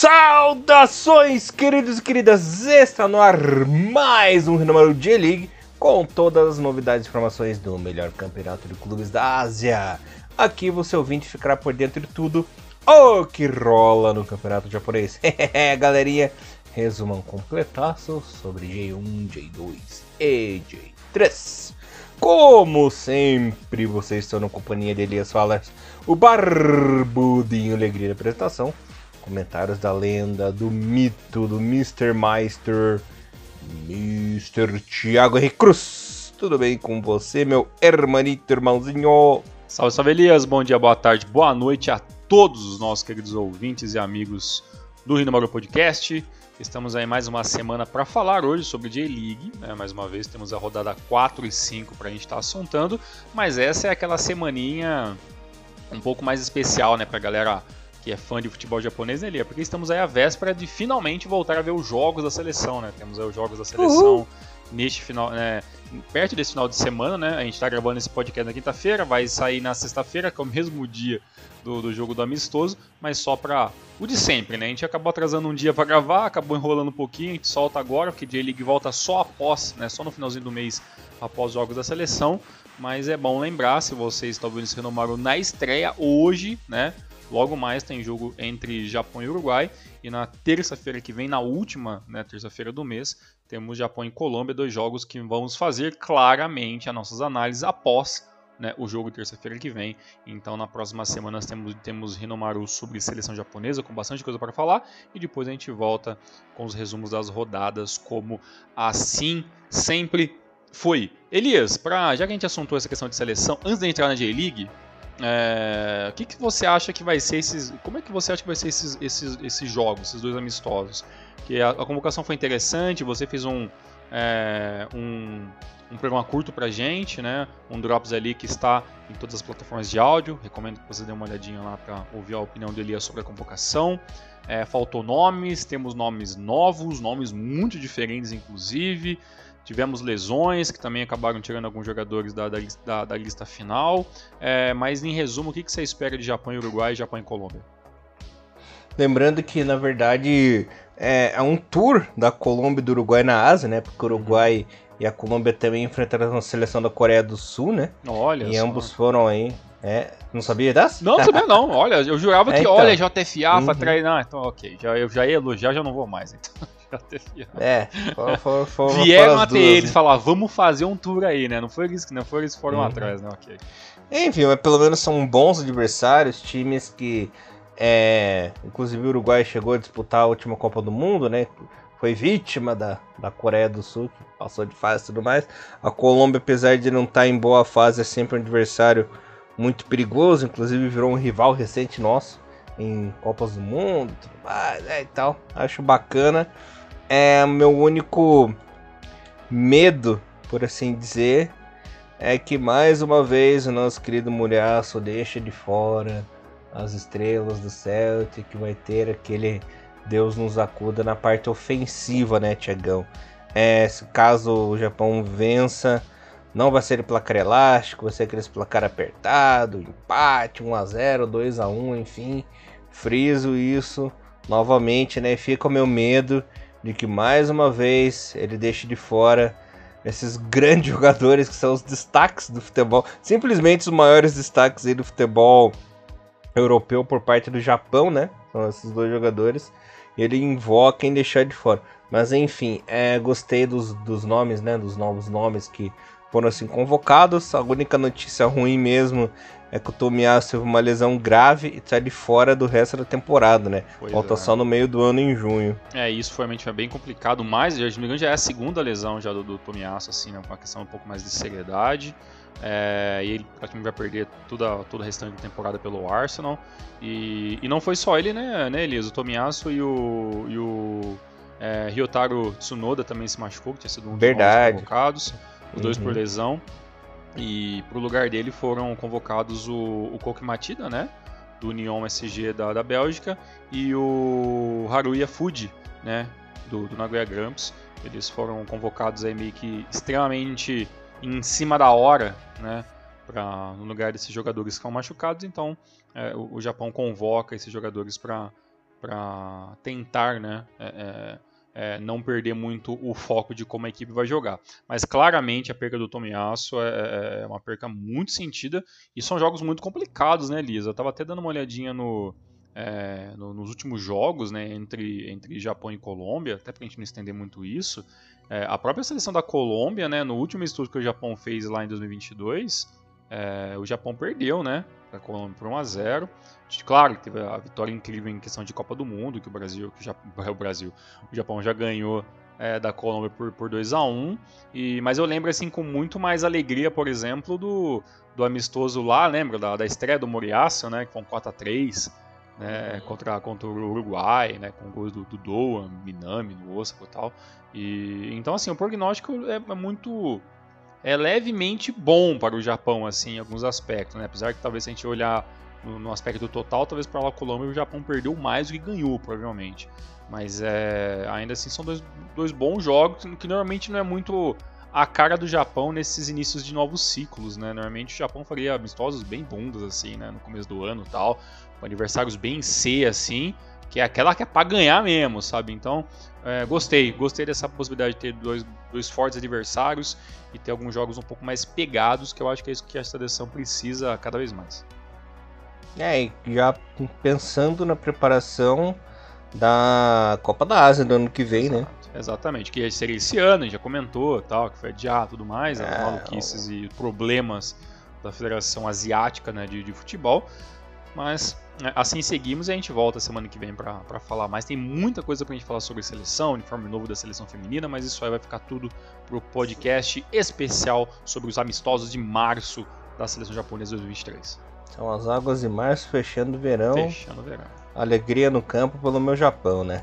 Saudações, queridos e queridas! Está no ar mais um Renomaru J-League com todas as novidades e informações do melhor campeonato de clubes da Ásia. Aqui você ouvinte ficará por dentro de tudo o que rola no campeonato japonês. Galerinha, resumão completaço sobre J1, J2 e J3. Como sempre, vocês estão na companhia de Elias Falas, o barbudinho alegria da apresentação. Comentários da lenda, do mito, do Mr. Meister, Mr. Thiago Henrique Cruz. Tudo bem com você, meu hermanito, irmãozinho? Salve, salve, Elias. Bom dia, boa tarde, boa noite a todos os nossos queridos ouvintes e amigos do Rinomaru Podcast. Estamos aí mais uma semana para falar hoje sobre J-League, né? Mais uma vez temos a rodada 4 e 5 para a gente estar assuntando, mas essa é aquela semaninha um pouco mais especial, né, para a galera que é fã de futebol japonês, né, Lia? Porque estamos aí à véspera de finalmente voltar a ver os jogos da seleção, né? Temos aí os jogos da seleção neste final, né, perto desse final de semana, né? A gente está gravando esse podcast na quinta-feira, vai sair na sexta-feira, que é o mesmo dia do jogo do amistoso, mas só para o de sempre, né? A gente acabou atrasando um dia para gravar, acabou enrolando um pouquinho, a gente solta agora, porque J-League volta só após, né? Só no finalzinho do mês, após os jogos da seleção. Mas é bom lembrar, se vocês estão vendo esse Renomaru na estreia hoje, né? Logo mais tem jogo entre Japão e Uruguai. E na terça-feira que vem, na última, né, terça-feira do mês, temos Japão e Colômbia, dois jogos que vamos fazer claramente as nossas análises após, né, o jogo terça-feira que vem. Então na próxima semana temos Rinomaru sobre seleção japonesa, com bastante coisa para falar. E depois a gente volta com os resumos das rodadas, como assim sempre foi. Elias, já que a gente assuntou essa questão de seleção, antes de entrar na J-League, o que você acha que vai ser como é que você acha que vai ser esses jogos, esses dois amistosos? Que a convocação foi interessante, você fez um programa curto pra gente, né? Um Drops ali que está em todas as plataformas de áudio. Recomendo que você dê uma olhadinha lá para ouvir a opinião do Elias sobre a convocação. Faltou nomes, temos nomes novos, nomes muito diferentes inclusive. Tivemos lesões que também acabaram tirando alguns jogadores da lista final. Mas em resumo, o que você espera de Japão e Uruguai e Japão e Colômbia? Lembrando que, na verdade, é um tour da Colômbia e do Uruguai na Ásia, né? Porque o Uruguai e a Colômbia também enfrentaram a seleção da Coreia do Sul, né? Olha e só. ambos foram aí. Não sabia dessa? Não sabia não. Olha, eu jurava que, então. olha, JFA, atrás. Não, então ok. Eu já ia elogiar, já não vou mais, então. Vieram até eles falar, vamos fazer um tour aí, né? Não foi eles que foram atrás, né? Ok. Enfim, mas pelo menos são bons adversários, times que. Inclusive o Uruguai chegou a disputar a última Copa do Mundo, né? Foi vítima da Coreia do Sul, que passou de fase e tudo mais. A Colômbia, apesar de não estar em boa fase, é sempre um adversário muito perigoso, inclusive virou um rival recente nosso em Copas do Mundo e tudo mais, e tal. Acho bacana. Meu único medo, por assim dizer, é que mais uma vez o nosso querido Muriaço deixa de fora as estrelas do Celtic, que vai ter aquele Deus nos acuda na parte ofensiva, né, Tiagão? Se caso o Japão vença, não vai ser placar elástico, vai ser aquele placar apertado, empate, 1-0, 2-1, enfim. Friso isso novamente, né? Fica o meu medo de que mais uma vez ele deixe de fora esses grandes jogadores que são os destaques do futebol, simplesmente os maiores destaques aí do futebol europeu por parte do Japão, né? São esses dois jogadores. E ele invoca em deixar de fora. Mas enfim, gostei dos nomes, né? Dos novos nomes que foram assim convocados. A única notícia ruim mesmo é que o Tomiyasu teve uma lesão grave e está de fora do resto da temporada, né? Volta só no meio do ano, em junho. Isso realmente foi bem complicado, mas já é a segunda lesão já do Tomiyasu, assim, né? Uma questão um pouco mais de seriedade. E ele praticamente vai perder toda a restante da temporada pelo Arsenal. E não foi só ele, né, Elias? O Tomiyasu e o Ryotaro Tsunoda também se machucou, que tinha sido um dos novos convocados. Os dois por lesão. E pro lugar dele foram convocados o Koki Matida, né, do Union SG da Bélgica, e o Haruya Fuji, né, do Nagoya Grampus. Eles foram convocados aí meio que extremamente em cima da hora, né, no lugar desses jogadores que estão machucados. Então o Japão convoca esses jogadores para tentar, né, não perder muito o foco de como a equipe vai jogar. Mas claramente a perca do Tomiyasu é uma perca muito sentida e são jogos muito complicados, né, Elisa? Eu estava até dando uma olhadinha nos últimos jogos, né, entre Japão e Colômbia, até para a gente não estender muito isso. A própria seleção da Colômbia, né, no último estudo que o Japão fez lá em 2022, o Japão perdeu, né, para a Colômbia por 1-0. Claro que teve a vitória incrível em questão de Copa do Mundo, que o Japão já ganhou da Colômbia por 2-1. Mas eu lembro assim com muito mais alegria, por exemplo, do amistoso lá, lembra da estreia do Moriyasu, né, que foi um 4-3, né, contra o Uruguai, né, com gols do Doan, Minami, no Osaka e tal. Então assim, o prognóstico é levemente bom para o Japão, assim, em alguns aspectos, né? Apesar que talvez se a gente olhar no aspecto total, talvez para a Colômbia o Japão perdeu mais do que ganhou, provavelmente. Mas ainda assim são dois bons jogos, que normalmente não é muito a cara do Japão nesses inícios de novos ciclos, né? Normalmente o Japão faria amistosos bem bundas, assim, né? No começo do ano e tal, com aniversários bem C, assim, que é aquela que é para ganhar mesmo, sabe? Então, gostei dessa possibilidade de ter dois fortes adversários e ter alguns jogos um pouco mais pegados, que eu acho que é isso que a seleção precisa cada vez mais. E já pensando na preparação da Copa da Ásia do ano que vem, né? Exatamente, que seria esse ano, a gente já comentou, tal, que foi adiado e tudo mais, as maluquices e problemas da Federação Asiática, né, de futebol. Mas assim seguimos e a gente volta semana que vem para falar mais. Tem muita coisa pra gente falar sobre seleção, uniforme novo da seleção feminina, mas isso aí vai ficar tudo pro podcast especial sobre os amistosos de março da seleção japonesa 2023. São as águas de março fechando o verão. Fechando o verão. Alegria no campo pelo meu Japão, né?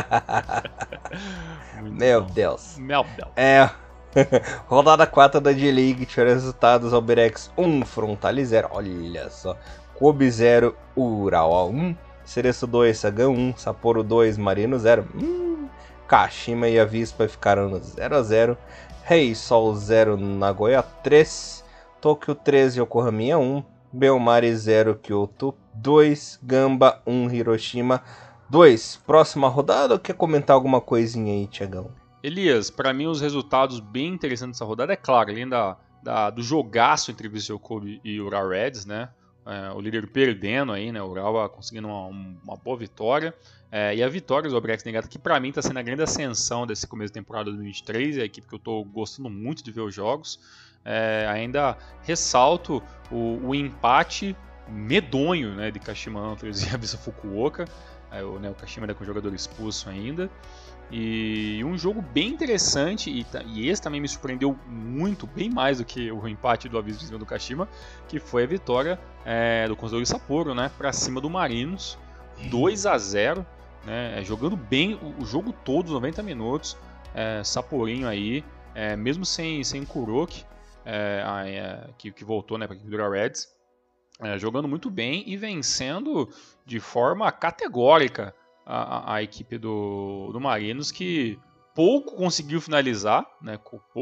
Meu Deus. Rodada 4 da J-League, tiveram resultados: Albirex 1, Frontale 0. Olha só. Kobe 0, Urawa 1, Cereço 2, Sagan 1, Sapporo 2, Marino 0, Kashima e Avispa ficaram no 0-0, Reysol 0, Nagoya 3, Tóquio 3, Yokohama 1, Belmari 0, Kyoto 2, Gamba 1, Hiroshima 2. Próxima rodada, ou quer comentar alguma coisinha aí, Thiagão? Elias, para mim os resultados bem interessantes dessa rodada, é claro, além do jogaço entre Vissel Kobe e Urawa Reds, né? O líder perdendo aí, né? O Urawa conseguindo uma boa vitória. E a vitória do Albirex Niigata, que pra mim tá sendo a grande ascensão desse começo de temporada 2023, é a equipe que eu tô gostando muito de ver os jogos. Ainda ressalto o empate medonho, né, de Kashima Antlers e Abyss Fukuoka. O Kashima ainda com o jogador expulso ainda. E um jogo bem interessante, e esse também me surpreendeu muito, bem mais do que o empate do Abyss em cima do Kashima, que foi a vitória do Consadole Sapporo, né, para cima do Marinos, 2-0, né, jogando bem o jogo todo, 90 minutos, Sapporinho aí, mesmo sem Kuroki, que voltou, né, para a equipe do Urawa Reds, jogando muito bem e vencendo de forma categórica a equipe do Marinos, que pouco conseguiu finalizar, né?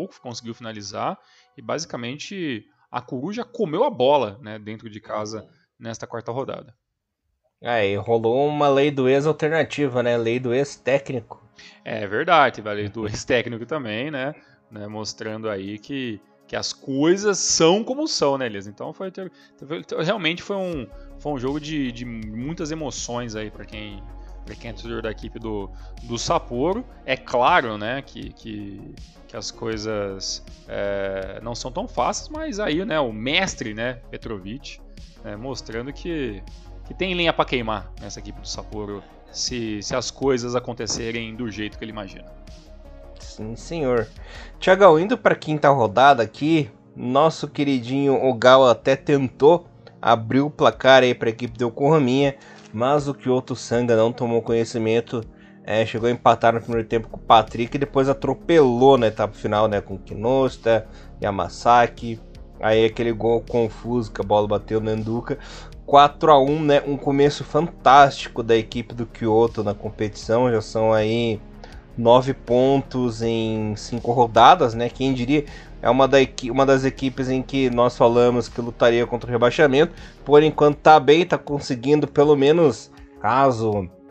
E basicamente a Coruja comeu a bola, né, dentro de casa nesta quarta rodada. E rolou uma lei do ex alternativa, né? Lei do ex técnico. É verdade, teve a lei do ex técnico também, né? Mostrando aí que as coisas são como são, né, Elias? Então realmente foi um jogo de muitas emoções aí para quem é torcedor da equipe do Sapporo. É claro, né, que as coisas não são tão fáceis, mas aí, né, o mestre, né, Petrovic, mostrando que tem lenha para queimar nessa equipe do Sapporo se as coisas acontecerem do jeito que ele imagina. Sim, senhor. Thiagão, indo para a quinta rodada aqui, nosso queridinho Ogawa até tentou abrir o placar aí para a equipe do Yokohama, mas o Kyoto Sanga não tomou conhecimento, chegou a empatar no primeiro tempo com o Patrick e depois atropelou na etapa final, né, com Kinoshita, Yamasaki, aí aquele gol confuso que a bola bateu no Enduka. 4-1, né, um começo fantástico da equipe do Kyoto na competição, já são aí 9 pontos em 5 rodadas, né? Quem diria, é uma das equipes em que nós falamos que lutaria contra o rebaixamento. Por enquanto tá bem, tá conseguindo pelo menos, caso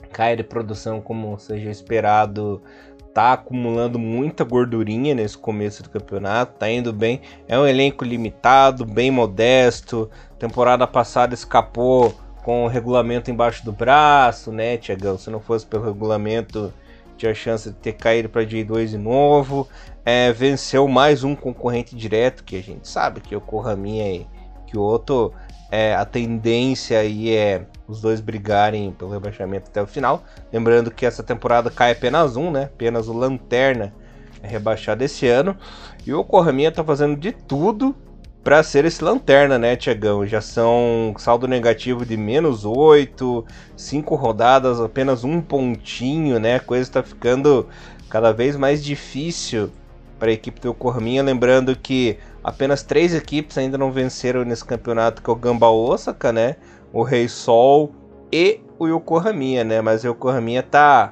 cai de produção como seja esperado, tá acumulando muita gordurinha nesse começo do campeonato, tá indo bem, é um elenco limitado, bem modesto, temporada passada escapou com o regulamento embaixo do braço, né, Tiagão? Se não fosse pelo regulamento, tinha chance de ter caído para J2 de novo, venceu mais um concorrente direto, que a gente sabe que o Kohaminha e Kyoto, a tendência aí é os dois brigarem pelo rebaixamento até o final. Lembrando que essa temporada cai apenas um, né? Apenas o Lanterna é rebaixado esse ano. E o Kohaminha tá fazendo de tudo para ser esse Lanterna, né, Tiagão? Já são saldo negativo de -8, 5 rodadas, apenas um pontinho, né? A coisa tá ficando cada vez mais difícil para a equipe do Kohaminha. Lembrando que apenas 3 equipes ainda não venceram nesse campeonato, que é o Gamba Osaka, né? O Rei Sol e o Yokohama, né? Mas o Yokohama tá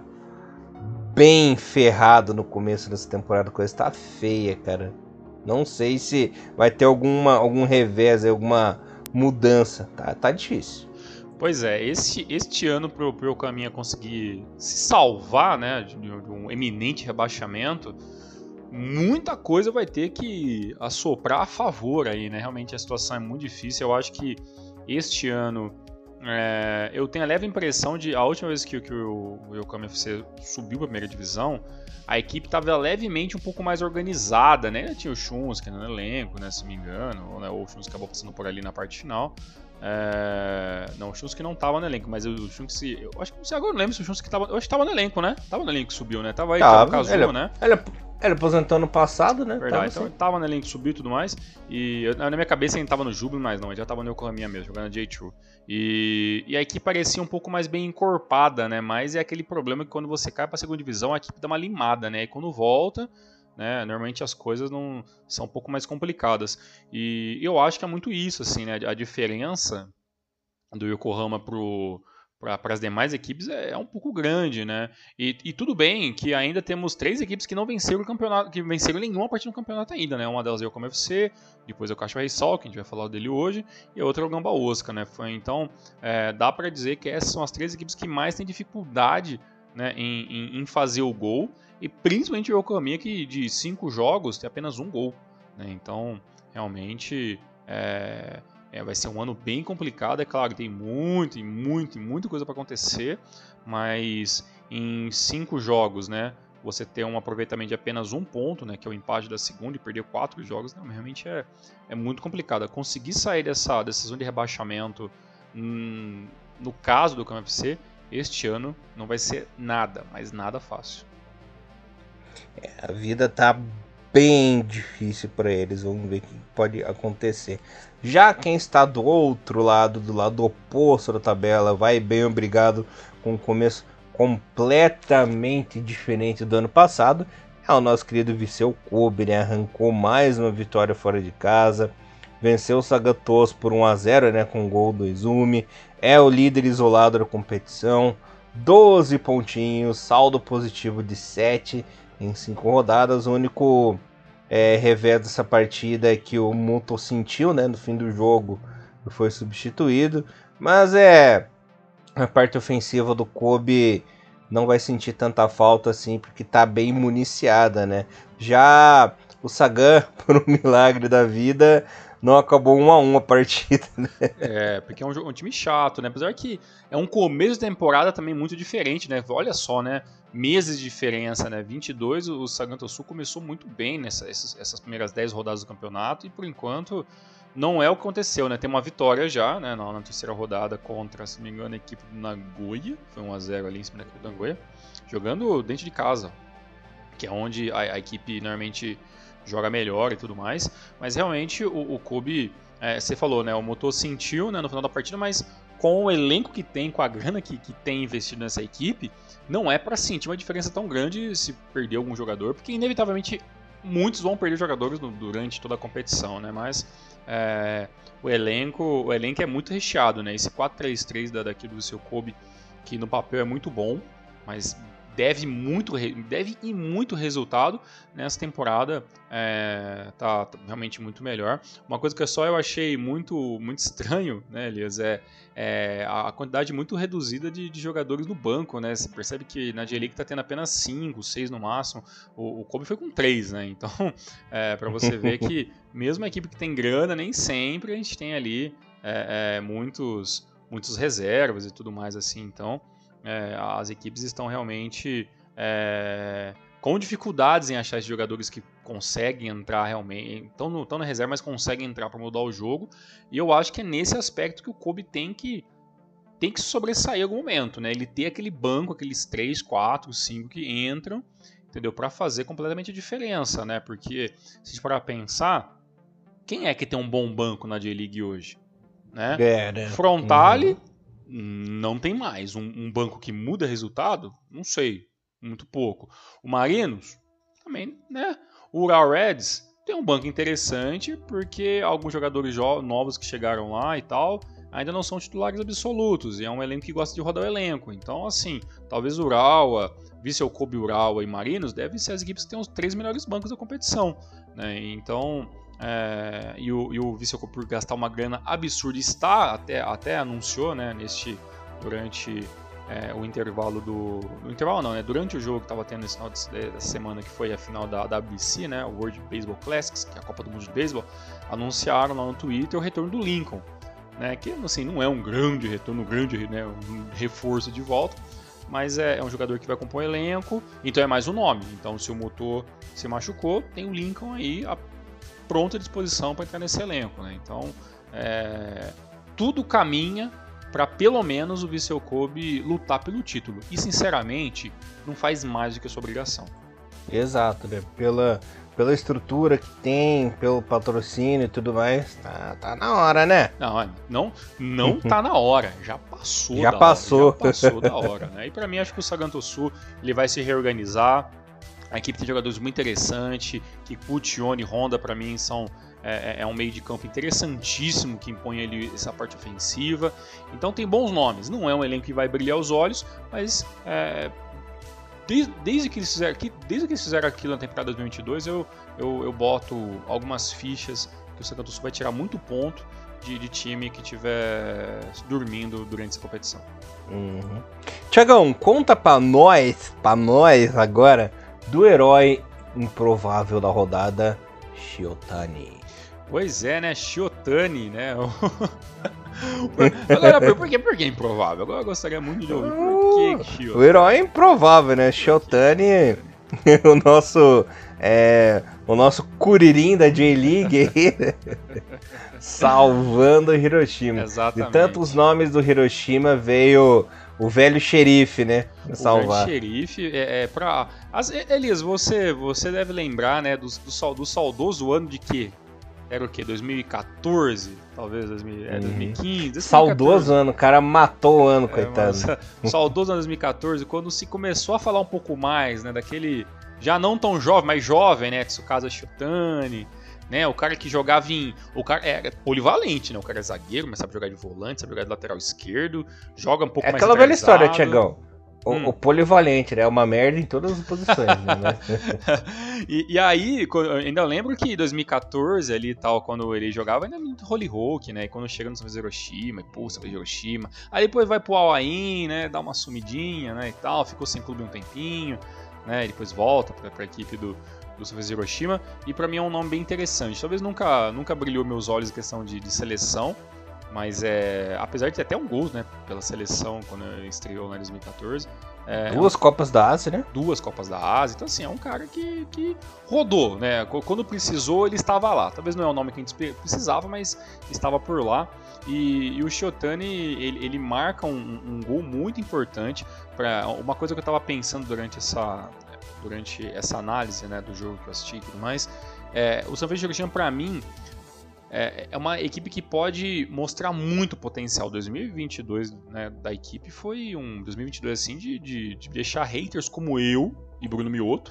bem ferrado no começo dessa temporada, a coisa tá feia, cara. Não sei se vai ter algum revés, alguma mudança, tá difícil. Pois é, este ano pro Yokohama conseguir se salvar, né, de um eminente rebaixamento, muita coisa vai ter que assoprar a favor aí, né? Realmente a situação é muito difícil. Eu acho que este ano eu tenho a leve impressão de a última vez que o Yokohama FC subiu para a primeira divisão, a equipe estava levemente um pouco mais organizada, né? Tinha o Shunsuke no elenco, né, se não me engano, ou o Shunsuke acabou passando por ali na parte final. Não, o Shunsuke não estava no elenco, mas o Shunsuke, eu acho que agora eu não lembro se o Shunsuke estava, eu acho que estava no elenco, né? Tava no elenco que subiu, né? Tava aí o Kazuo, né? Ele aposentou no passado, né? Verdade, então ele tava no elenco, subiu e tudo mais. E na minha cabeça ele tava no Júbilo, mas não, ele já tava no Yokohama mesmo, jogando na J2. E a equipe parecia um pouco mais bem encorpada, né? Mas é aquele problema que quando você cai pra segunda divisão, a equipe dá uma limada, né? E quando volta, né? Normalmente as coisas não são um pouco mais complicadas. E eu acho que é muito isso, assim, né? A diferença do Yokohama para as demais equipes é um pouco grande, né? E tudo bem que ainda temos 3 equipes que não venceram o campeonato, que venceram nenhuma partida no campeonato ainda, né? Uma delas é o Yokohama FC, depois é o Kashiwa Reysol, que a gente vai falar dele hoje, e a outra é o Gamba Osaka, né? Então, dá para dizer que essas são as 3 equipes que mais têm dificuldade, né, em fazer o gol, e principalmente o Yokohama, que de 5 jogos tem apenas 1 gol, né? Então, realmente vai ser um ano bem complicado, é claro, tem muita coisa para acontecer, mas em 5 jogos, né, você ter um aproveitamento de apenas 1 ponto, né, que é o empate da segunda, e perder 4 jogos, não, realmente é muito complicado. Conseguir sair dessa zona de rebaixamento, no caso do Yokohama FC, este ano não vai ser nada, mas nada fácil. A vida tá bem difícil para eles, vamos ver o que pode acontecer. Já quem está do outro lado, do lado oposto da tabela, vai bem obrigado, com um começo completamente diferente do ano passado, é o nosso querido Viseu Kobe, né? Arrancou mais uma vitória fora de casa, venceu o Sagatos por 1-0, né, com o gol do Izumi, é o líder isolado da competição, 12 pontinhos, saldo positivo de 7 em 5 rodadas. O único revés dessa partida é que o Muto sentiu, né, no fim do jogo, e foi substituído, mas a parte ofensiva do Kobe não vai sentir tanta falta assim, porque tá bem municiada, né? Já o Sagan, por um milagre da vida, não acabou 1-1 a partida, né? Porque é um time chato, né? Apesar que é um começo de temporada também muito diferente, né? Olha só, né? Meses de diferença, né? 22, o Sagan Tosu começou muito bem essas primeiras 10 rodadas do campeonato, e por enquanto não é o que aconteceu, né? Tem uma vitória já, né? Na terceira rodada contra, se não me engano, a equipe do Nagoya, foi 1-0 ali em cima da equipe do Nagoya, jogando dentro de casa, que é onde a equipe normalmente joga melhor e tudo mais, mas realmente o Kobe, você falou, né, o motor sentiu, né, no final da partida, mas com o elenco que tem, com a grana que tem investido nessa equipe, não é para sentir uma diferença tão grande se perder algum jogador, porque inevitavelmente muitos vão perder jogadores durante toda a competição, né, mas o elenco é muito recheado, né, esse 4-3-3 daqui do seu Kobe, que no papel é muito bom, mas deve ir muito resultado. Nessa temporada tá realmente muito melhor. Uma coisa que eu achei muito estranho, né, Elias, a quantidade muito reduzida de jogadores no banco, né? Você percebe que na J-League tá tendo apenas 5, 6 no máximo. O Kobe foi com 3, né? Então, para você ver que mesmo a equipe que tem grana, nem sempre a gente tem ali muitos reservas e tudo mais assim. Então, as equipes estão realmente com dificuldades em achar esses jogadores que conseguem entrar realmente, estão na reserva, mas conseguem entrar para mudar o jogo. E eu acho que é nesse aspecto que o Kobe tem que sobressair em algum momento, né? Ele ter aquele banco, aqueles 3, 4, 5 que entram, entendeu? Para fazer completamente a diferença, né? Porque se a gente parar pra pensar, quem é que tem um bom banco na J-League hoje? Né? Frontale, não tem mais. Um banco que muda resultado? Não sei. Muito pouco. O Marinos, também, né? O Ural Reds tem um banco interessante, porque alguns jogadores novos que chegaram lá e tal, ainda não são titulares absolutos, e é um elenco que gosta de rodar o elenco. Então, assim, talvez Urawa, Vissel Kobe, Urawa e Marinos devem ser as equipes que têm os 3 melhores bancos da competição, né? Então, e o Vissel Kobe, por gastar uma grana absurda, até anunciou, né, durante o intervalo durante o jogo que estava tendo nesse final dessa semana, que foi a final da WBC, né, o World Baseball Classics, que é a Copa do Mundo de Beisebol, anunciaram lá no Twitter o retorno do Lincoln, né, que assim, não é um grande retorno, né, um reforço de volta, mas é um jogador que vai compor o elenco, então é mais um nome. Então, se o motor se machucou, tem o Lincoln aí à pronta disposição para entrar nesse elenco, né? Então, tudo caminha para pelo menos o Vissel Kobe lutar pelo título. E sinceramente, não faz mais do que a sua obrigação. Exato, né? Pela estrutura que tem, pelo patrocínio e tudo mais, tá na hora, né? Não tá na hora, já passou. Já passou da hora, né? E para mim, acho que o Sagantosu ele vai se reorganizar. A equipe tem jogadores muito interessantes, Kikuchi, Oni, Honda, para mim são um meio de campo interessantíssimo que impõe ali essa parte ofensiva. Então tem bons nomes. Não é um elenco que vai brilhar os olhos, mas desde que eles fizeram aquilo na temporada 2022, eu boto algumas fichas que o Sagantosu vai tirar muito ponto de time que estiver dormindo durante essa competição. Tiagão, conta pra nós agora do herói improvável da rodada, Shiotani. Pois é, né? Shiotani, né? Agora, por que improvável? Agora eu gostaria muito de ouvir por que Shiotani. O herói improvável, né? Shiotani, o nosso Kuririn da J-League salvando o Hiroshima. Exatamente. De tantos nomes do Hiroshima veio o velho xerife, né? Salvar. O velho xerife Elias, você deve lembrar, né, do saudoso ano de quê? Era o quê? 2014? Talvez 2015? 2014. Saudoso ano, o cara matou o ano, coitado. Saudoso ano 2014, quando se começou a falar um pouco mais, né, daquele já não tão jovem, mas jovem, né, Tsukasa Shiotani, né, o cara que jogava o cara era polivalente, né, o cara é zagueiro, mas sabe jogar de volante, sabe jogar de lateral esquerdo, joga um pouco mais aquela velha história, Tiagão. O polivalente, né? É uma merda em todas as posições, né? E aí, ainda lembro que em 2014 ali e tal, quando ele jogava, ainda muito Holyhoke, né? E quando chega no São Hiroshima, e pulsa pra Hiroshima. Aí depois vai pro Awain, né? Dá uma sumidinha, né? E tal, ficou sem clube um tempinho, né? E depois volta pra equipe do São Hiroshima. E pra mim é um nome bem interessante. Talvez nunca brilhou meus olhos em questão de seleção. Mas apesar de ter até um gol, né, pela seleção quando ele estreou lá em 2014. Duas Copas da Ásia, né? Duas Copas da Ásia. Então, assim, é um cara que rodou, né? Quando precisou, ele estava lá. Talvez não é o nome que a gente precisava, mas estava por lá. E o Shiotani, ele marca um gol muito importante. Uma coisa que eu estava pensando durante essa análise, né, do jogo que eu assisti e tudo mais, o Sanfrecce Hiroshima, para mim, é uma equipe que pode mostrar muito potencial. 2022, né, da equipe foi um 2022 assim de deixar haters como eu e Bruno Mioto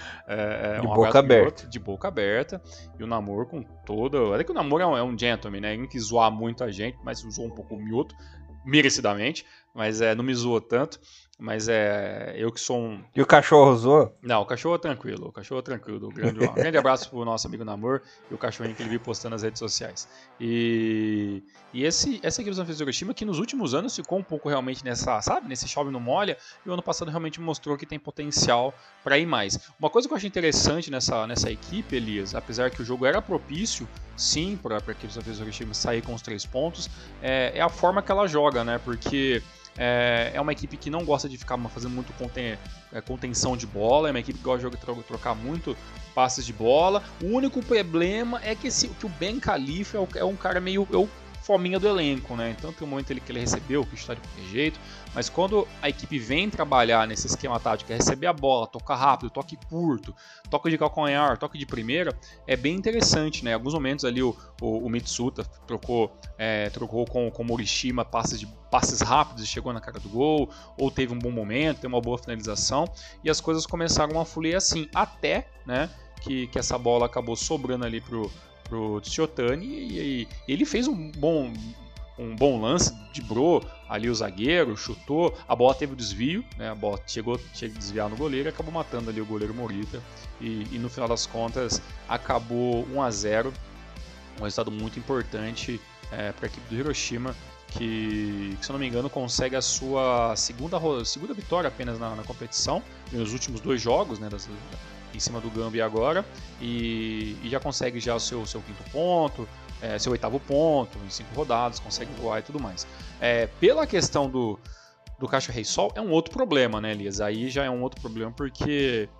de boca aberta, e o Namor com toda... Olha que o Namor é um gentleman, né? Ele não quis zoar muito a gente, mas usou um pouco o Mioto merecidamente, mas não me zoou tanto. Mas eu que sou um... E o cachorro zoou? Não, o cachorro é tranquilo. Um grande abraço pro nosso amigo Namor e o cachorrinho que ele viu postando nas redes sociais. E essa equipe do Sanfrecce Hiroshima, que nos últimos anos ficou um pouco realmente nesse chove não molha, e o ano passado realmente mostrou que tem potencial para ir mais. Uma coisa que eu acho interessante nessa equipe, Elias, apesar que o jogo era propício, sim, para a equipe do Sanfrecce Hiroshima sair com os 3 pontos, é a forma que ela joga, né? Porque é uma equipe que não gosta de ficar fazendo muito contenção de bola, é uma equipe que gosta de trocar muito passes de bola. O único problema é que o Ben Khalifa é um cara meio fominha do elenco, né? Então tem um momento que ele recebeu, que está de qualquer jeito, mas quando a equipe vem trabalhar nesse esquema tático, é receber a bola, tocar rápido, toque curto, toque de calcanhar, toque de primeira, é bem interessante, né? Em alguns momentos ali o Mitsuta trocou com o Morishima passes rápidos e chegou na cara do gol, ou teve um bom momento, teve uma boa finalização, e as coisas começaram a fluir assim, até, né, que essa bola acabou sobrando ali pro Tsuchotani, e ele fez um bom lance, driblou ali o zagueiro, chutou, a bola teve o desvio, né, a bola chegou a desviar no goleiro e acabou matando ali o goleiro Morita, e no final das contas acabou 1-0, um resultado muito importante para a equipe do Hiroshima, que, se eu não me engano, consegue a sua segunda vitória apenas na competição, nos últimos 2 jogos, né, em cima do Gambia agora, e já consegue já o seu 5º ponto, seu 8º ponto, em 5 rodadas, consegue voar e tudo mais. Pela questão do Caixa Rei Sol, é um outro problema, né, Elias? Aí já é um outro problema porque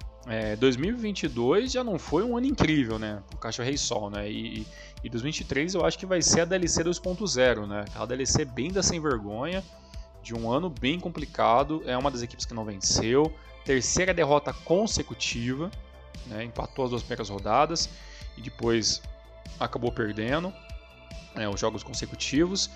2022 já não foi um ano incrível, né, pro Caixa Rei Sol, né, e 2023 eu acho que vai ser a DLC 2.0, né, aquela DLC bem da sem vergonha, de um ano bem complicado, é uma das equipes que não venceu, 3ª derrota consecutiva, né, empatou as 2 primeiras rodadas e depois acabou perdendo os jogos consecutivos,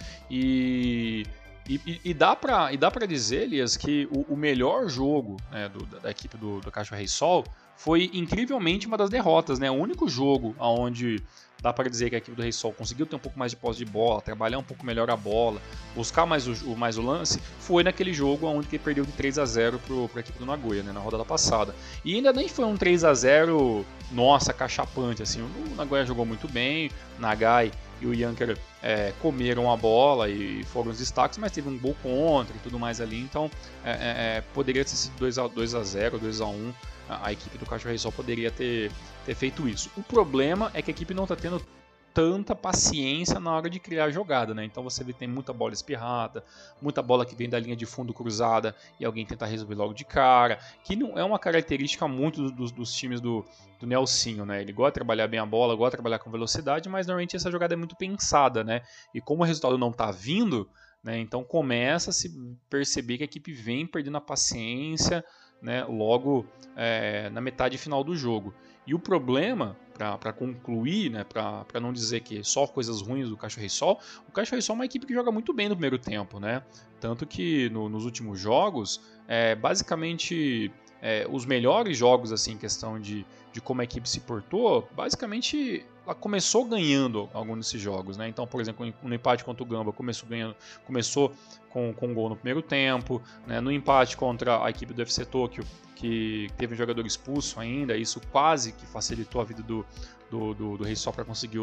e dá para dizer, Elias, que o melhor jogo, né, da equipe do Caixa Rei Sol foi incrivelmente uma das derrotas, né? O único jogo onde dá para dizer que a equipe do Rei Sol conseguiu ter um pouco mais de posse de bola, trabalhar um pouco melhor a bola, buscar mais o lance, foi naquele jogo onde ele perdeu de 3-0 para a equipe do Nagoya, né, na rodada passada. E ainda nem foi um 3-0, nossa, cachapante, assim. O Nagoya jogou muito bem, o Nagai e o Yanker comeram a bola e foram os destaques, mas teve um gol contra e tudo mais ali, então poderia ter sido 2-0, 2-1, a equipe do Caixa Rei Sol poderia ter feito isso. O problema é que a equipe não está tendo tanta paciência na hora de criar a jogada, né? Então você vê que tem muita bola espirrada, muita bola que vem da linha de fundo cruzada e alguém tentar resolver logo de cara, que não é uma característica muito dos times do Nelsinho, né? Ele gosta de trabalhar bem a bola, gosta de trabalhar com velocidade, mas normalmente essa jogada é muito pensada, né? E como o resultado não está vindo, né? Então começa a se perceber que a equipe vem perdendo a paciência, né? Logo na metade final do jogo. E o problema, para concluir, né, para não dizer que só coisas ruins do Caixa Rei Sol, o Caixa Rei Sol é uma equipe que joga muito bem no primeiro tempo, né? Tanto que nos últimos jogos, basicamente os melhores jogos, assim, em questão de como a equipe se portou, basicamente ela começou ganhando alguns desses jogos, né? Então, por exemplo, no empate contra o Gamba começou com um gol no primeiro tempo, né? No empate contra a equipe do FC Tóquio, que teve um jogador expulso ainda, isso quase que facilitou a vida do Rei Sol para conseguir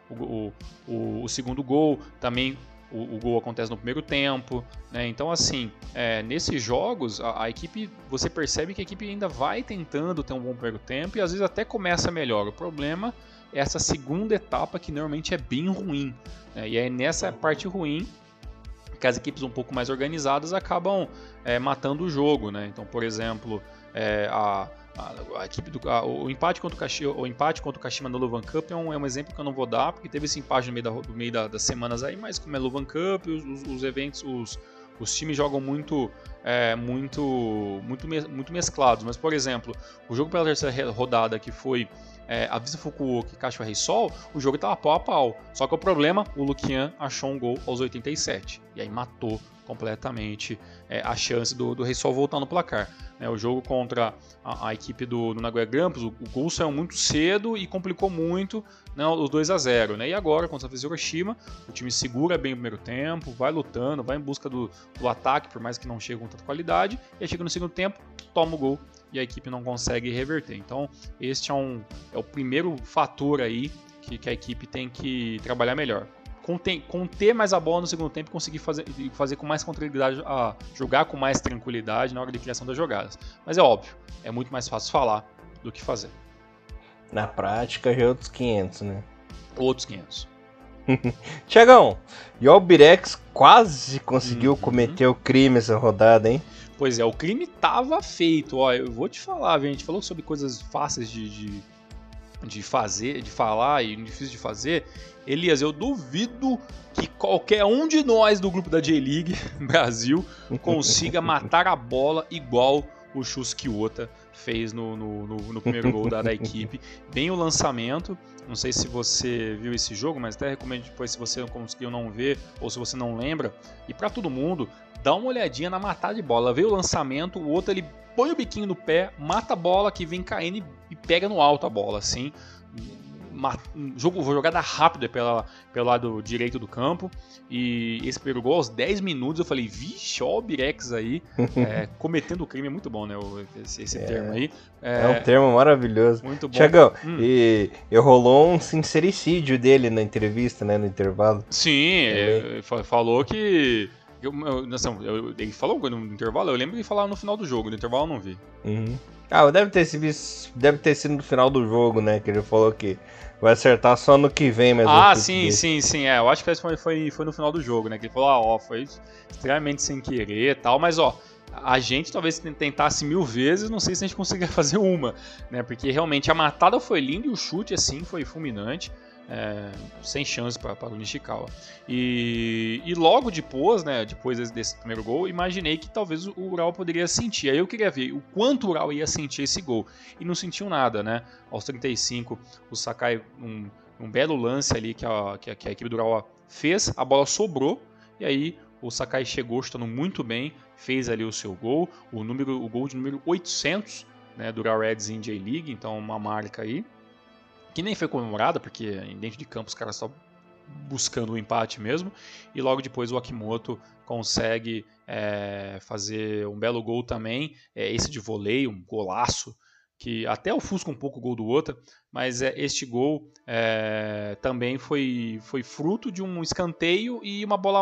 o segundo gol. Também o gol acontece no primeiro tempo, né? Então, assim, nesses jogos, a equipe, você percebe que a equipe ainda vai tentando ter um bom primeiro tempo e às vezes até começa melhor. O problema é essa segunda etapa que normalmente é bem ruim, né? E é nessa parte ruim que as equipes um pouco mais organizadas acabam matando o jogo, né? Então, por exemplo, a equipe o empate contra o Kashima no Luvan Cup é um exemplo que eu não vou dar, porque teve esse empate no meio das semanas aí, mas como é Luvan Cup, os eventos, os times jogam muito mesclados. Mas, por exemplo, o jogo pela terceira rodada, que foi Avisa Fukuoka e Kashiwa Reysol, o jogo estava pau a pau. Só que o problema, o Luquian achou um gol aos 87. E aí matou completamente a chance do Reysol voltar no placar. O jogo contra a equipe do Nagoya Grampus, o gol saiu muito cedo e complicou muito, né, os 2-0. Né? E agora, contra a Hiroshima, o time segura bem o primeiro tempo, vai lutando, vai em busca do ataque, por mais que não chegue com tanta qualidade, e aí chega no segundo tempo, toma o gol e a equipe não consegue reverter. Então, este é o primeiro fator aí que a equipe tem que trabalhar melhor. Conter mais a bola no segundo tempo e conseguir fazer com mais tranquilidade, jogar com mais tranquilidade na hora de criação das jogadas. Mas é óbvio, é muito mais fácil falar do que fazer. Na prática já é outros 500, né? Outros 500. Tiagão, e o Albirex quase conseguiu cometer o crime essa rodada, hein? Pois é, o crime tava feito. Ó, eu vou te falar, a gente falou sobre coisas fáceis de falar e difícil de fazer. Elias, eu duvido que qualquer um de nós do grupo da J-League Brasil consiga matar a bola igual o Shusuke Ota fez no primeiro gol da equipe. Bem o lançamento, não sei se você viu esse jogo, mas até recomendo depois, se você não conseguiu não ver ou se você não lembra, e para todo mundo, dá uma olhadinha na matada de bola. Vê o lançamento, o Ota ele põe o biquinho no pé, mata a bola que vem caindo e pega no alto a bola, assim. Jogada rápida pelo lado direito do campo. E esse primeiro gol aos 10 minutos eu falei, vixe, ó o Albirex aí cometendo o crime. É muito bom, né, esse termo aí. É um termo maravilhoso. Muito bom. Tiagão, e rolou um sincericídio dele na entrevista, né, no intervalo. Sim, falou que... ele falou no intervalo, eu lembro que ele falava no final do jogo, no intervalo eu não vi. Deve ter sido no final do jogo, né? Que ele falou que vai acertar só no que vem, mas sim. Eu acho que foi no final do jogo, né? Que ele falou, foi extremamente sem querer e tal, mas a gente talvez tentasse 1000 vezes, não sei se a gente conseguiria fazer uma, né? Porque realmente a matada foi linda e o chute, assim, foi fulminante. Sem chance para o Nishikawa. E logo depois, né, depois desse primeiro gol, imaginei que talvez o Ural poderia sentir. Aí eu queria ver o quanto o Ural ia sentir esse gol. E não sentiu nada, né? Aos 35, o Sakai, um belo lance ali que a equipe do Ural fez, a bola sobrou, e aí o Sakai chegou chutando muito bem, fez ali o seu gol, o gol de número 800, né, do Ural Reds em J-League, então uma marca aí, que nem foi comemorada, porque dentro de campo os caras estão buscando o empate mesmo, e logo depois o Akimoto consegue fazer um belo gol também, esse de voleio, um golaço, que até ofusca um pouco o gol do Ota, mas este gol também foi fruto de um escanteio e uma bola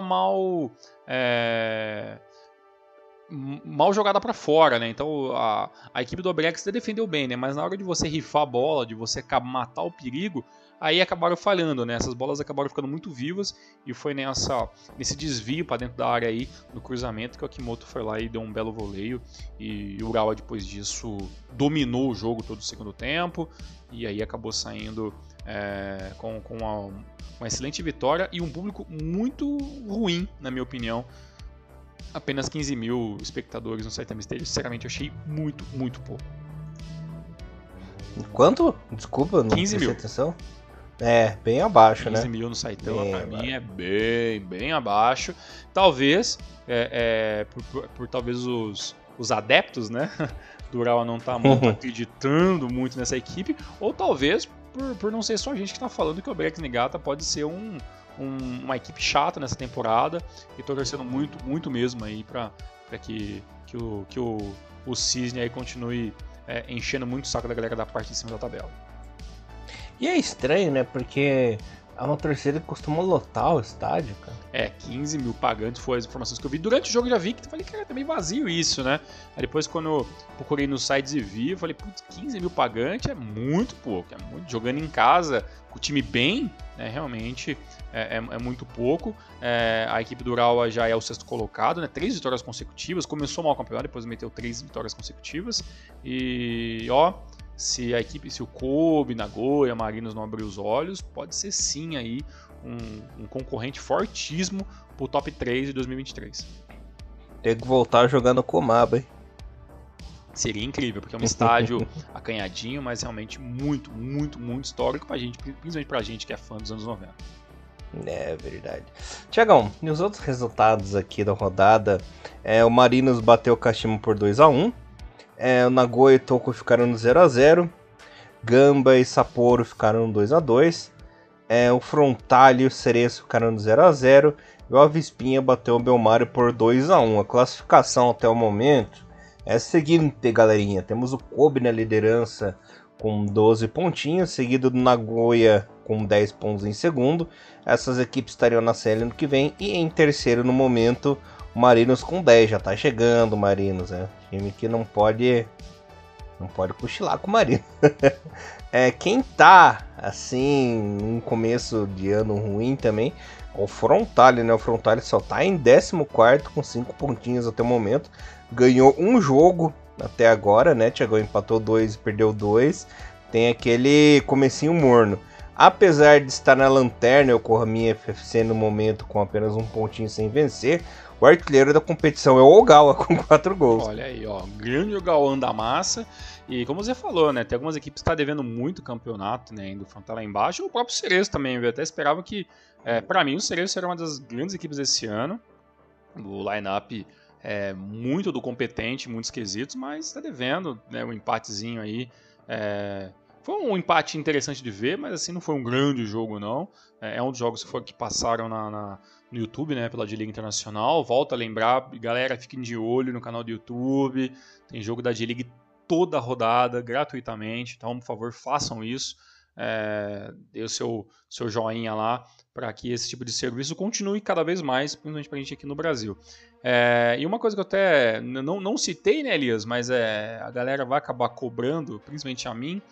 mal jogada para fora, né? Então a equipe do Albirex defendeu bem, né? Mas na hora de você rifar a bola, de você matar o perigo, aí acabaram falhando, né? Essas bolas acabaram ficando muito vivas e foi nesse desvio para dentro da área aí, no cruzamento, que o Akimoto foi lá e deu um belo voleio, e o Urawa depois disso dominou o jogo todo o segundo tempo e aí acabou saindo com uma excelente vitória e um público muito ruim, na minha opinião. Apenas 15 mil espectadores no Saitama Stadium, sinceramente eu achei muito, muito pouco. Quanto? Desculpa, não 15 mil. Atenção. Bem abaixo, 15 né? 15 mil no Saitama, pra mim é bem abaixo. Talvez, por talvez os adeptos, né, do Urawa não tá muito acreditando muito nessa equipe, ou talvez por não ser só a gente que tá falando que o Albirex Niigata pode ser uma equipe chata nessa temporada, e tô torcendo muito, muito mesmo aí pra que o Cisne aí continue enchendo muito o saco da galera da parte de cima da tabela. E é estranho, né? Porque é uma torcida que costuma lotar o estádio, cara. 15 mil pagantes foi as informações que eu vi. Durante o jogo eu já vi que falei, cara, tá meio vazio isso, né? Aí depois quando eu procurei nos sites e vi, eu falei, putz, 15 mil pagantes é muito pouco, jogando em casa, com o time bem, né, realmente é muito pouco. A equipe do Urawa já é o sexto colocado, né, 3 vitórias consecutivas, começou mal o campeonato, depois meteu 3 vitórias consecutivas, e se o Kobe, Nagoya, Marinos não abrir os olhos, pode ser sim aí um concorrente fortíssimo pro top 3 de 2023. Tem que voltar jogando Komaba, hein? Seria incrível, porque é um estádio acanhadinho, mas realmente muito, muito, muito histórico pra gente, principalmente pra gente que é fã dos anos 90. É verdade. Tiagão, e os outros resultados aqui da rodada? O Marinos bateu o Kashima por 2-1. O Nagoya e Toko ficaram no 0-0. Gamba e Sapporo ficaram no 2-2. O Frontale e o Cereço ficaram no 0-0. E o Avispinha bateu o Belmário por 2-1. A classificação até o momento é a seguinte, galerinha. Temos o Kobe na liderança com 12 pontinhos, seguido do Nagoya com 10 pontos em segundo. Essas equipes estariam na série ano que vem. E em terceiro no momento, o Marinos com 10. Já tá chegando o Marinos, né? Time que não pode cochilar com o Marinos. Quem tá, assim, um começo de ano ruim também, é o Frontale, né? O Frontale só tá em 14º com 5 pontinhos até o momento. Ganhou um jogo até agora, né? Thiago empatou 2 e perdeu 2. Tem aquele comecinho morno. Apesar de estar na lanterna, o Kohamia FFC no momento com apenas um pontinho sem vencer, o artilheiro da competição é o Ogawa com 4 gols. Olha aí, ó, grande Ogawa da massa. E como você falou, né, tem algumas equipes que estão devendo muito campeonato, né, indo Frontale lá embaixo. O próprio Cereço também, eu até esperava que, para mim, o Cereço era uma das grandes equipes desse ano. O line-up é muito do competente, muitos quesitos, mas está devendo, né, um empatezinho aí. Foi um empate interessante de ver, mas assim não foi um grande jogo, não. É um dos jogos que passaram no YouTube, né, pela J-League Internacional. Volto a lembrar, galera, fiquem de olho no canal do YouTube. Tem jogo da J-League toda a rodada, gratuitamente. Então, por favor, façam isso. Dê o seu joinha lá para que esse tipo de serviço continue cada vez mais, principalmente para a gente aqui no Brasil. E uma coisa que eu até não citei, né, Elias, mas a galera vai acabar cobrando, principalmente a mim,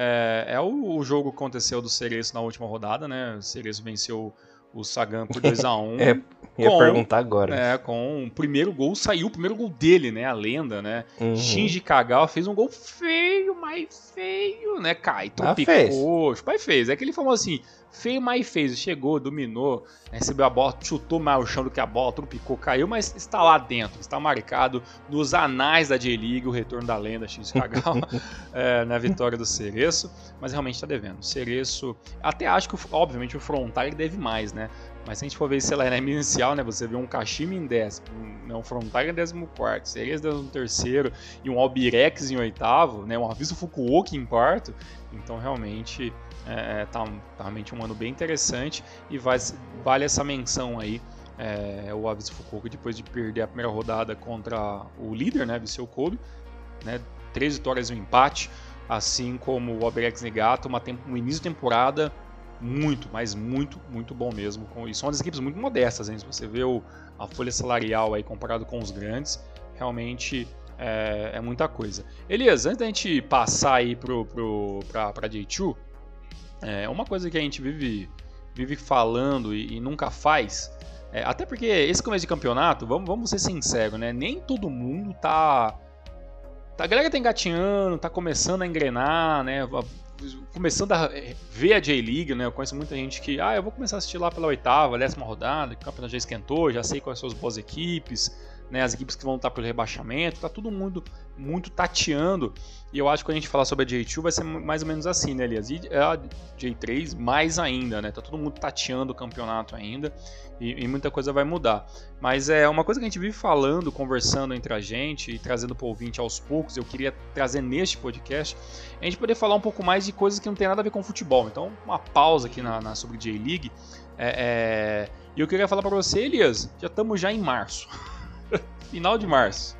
o jogo que aconteceu do Cereço na última rodada, né? O Cereço venceu o Sagan por 2-1. Ia perguntar agora. Com o primeiro gol, saiu o primeiro gol dele, né? A lenda, né? Uhum. Shinji Kagawa fez um gol feio, mas feio, né? Kaito picou. O pai fez. É que ele falou assim, feio, mas fez. Chegou, dominou, recebeu a bola, chutou mais o chão do que a bola, trupicou, caiu, mas está lá dentro. Está marcado nos anais da J-League o retorno da lenda Shinji Kagawa na vitória do Cereço. Mas realmente está devendo. O Cereço, até acho que, obviamente, o Frontale deve mais, né? Mas se a gente for ver esse line inicial, né, você vê um Kashima em 10º, um Frontale em 14º, Cereço em 13º e um Albirex em 8º, né, um Aviso Fukuoka em 4º. Então realmente tá realmente um ano bem interessante e vale essa menção aí. O Aviso Fukuoka, depois de perder a primeira rodada contra o líder, né, Viseu Kobe, né, 3 vitórias e um empate, assim como o Albirex Niigata, um início de temporada muito, mas muito, muito bom mesmo. E são das equipes muito modestas, hein? Se você vê a folha salarial aí comparado com os grandes, realmente é muita coisa. Elias, antes da gente passar aí pra J2, uma coisa que a gente vive falando e nunca faz, até porque esse começo de campeonato, vamos ser sinceros, né? Nem todo mundo tá... A galera tá engatinhando, tá começando a engrenar, né? Começando a ver a J-League, né? Eu conheço muita gente que, eu vou começar a assistir lá pela 8ª, 10ª rodada, que o campeonato já esquentou, já sei quais são as boas equipes, né? As equipes que vão lutar pelo rebaixamento, tá todo mundo muito tateando. E eu acho que quando a gente falar sobre a J2 vai ser mais ou menos assim, né, Elias? E a J3 mais ainda, né? Tá todo mundo tateando o campeonato ainda e muita coisa vai mudar. Mas é uma coisa que a gente vive falando, conversando entre a gente e trazendo para o ouvinte aos poucos, eu queria trazer neste podcast, a gente poder falar um pouco mais de coisas que não tem nada a ver com futebol. Então, uma pausa aqui sobre J-League. E eu queria falar para você, Elias, já estamos já em março. Final de março.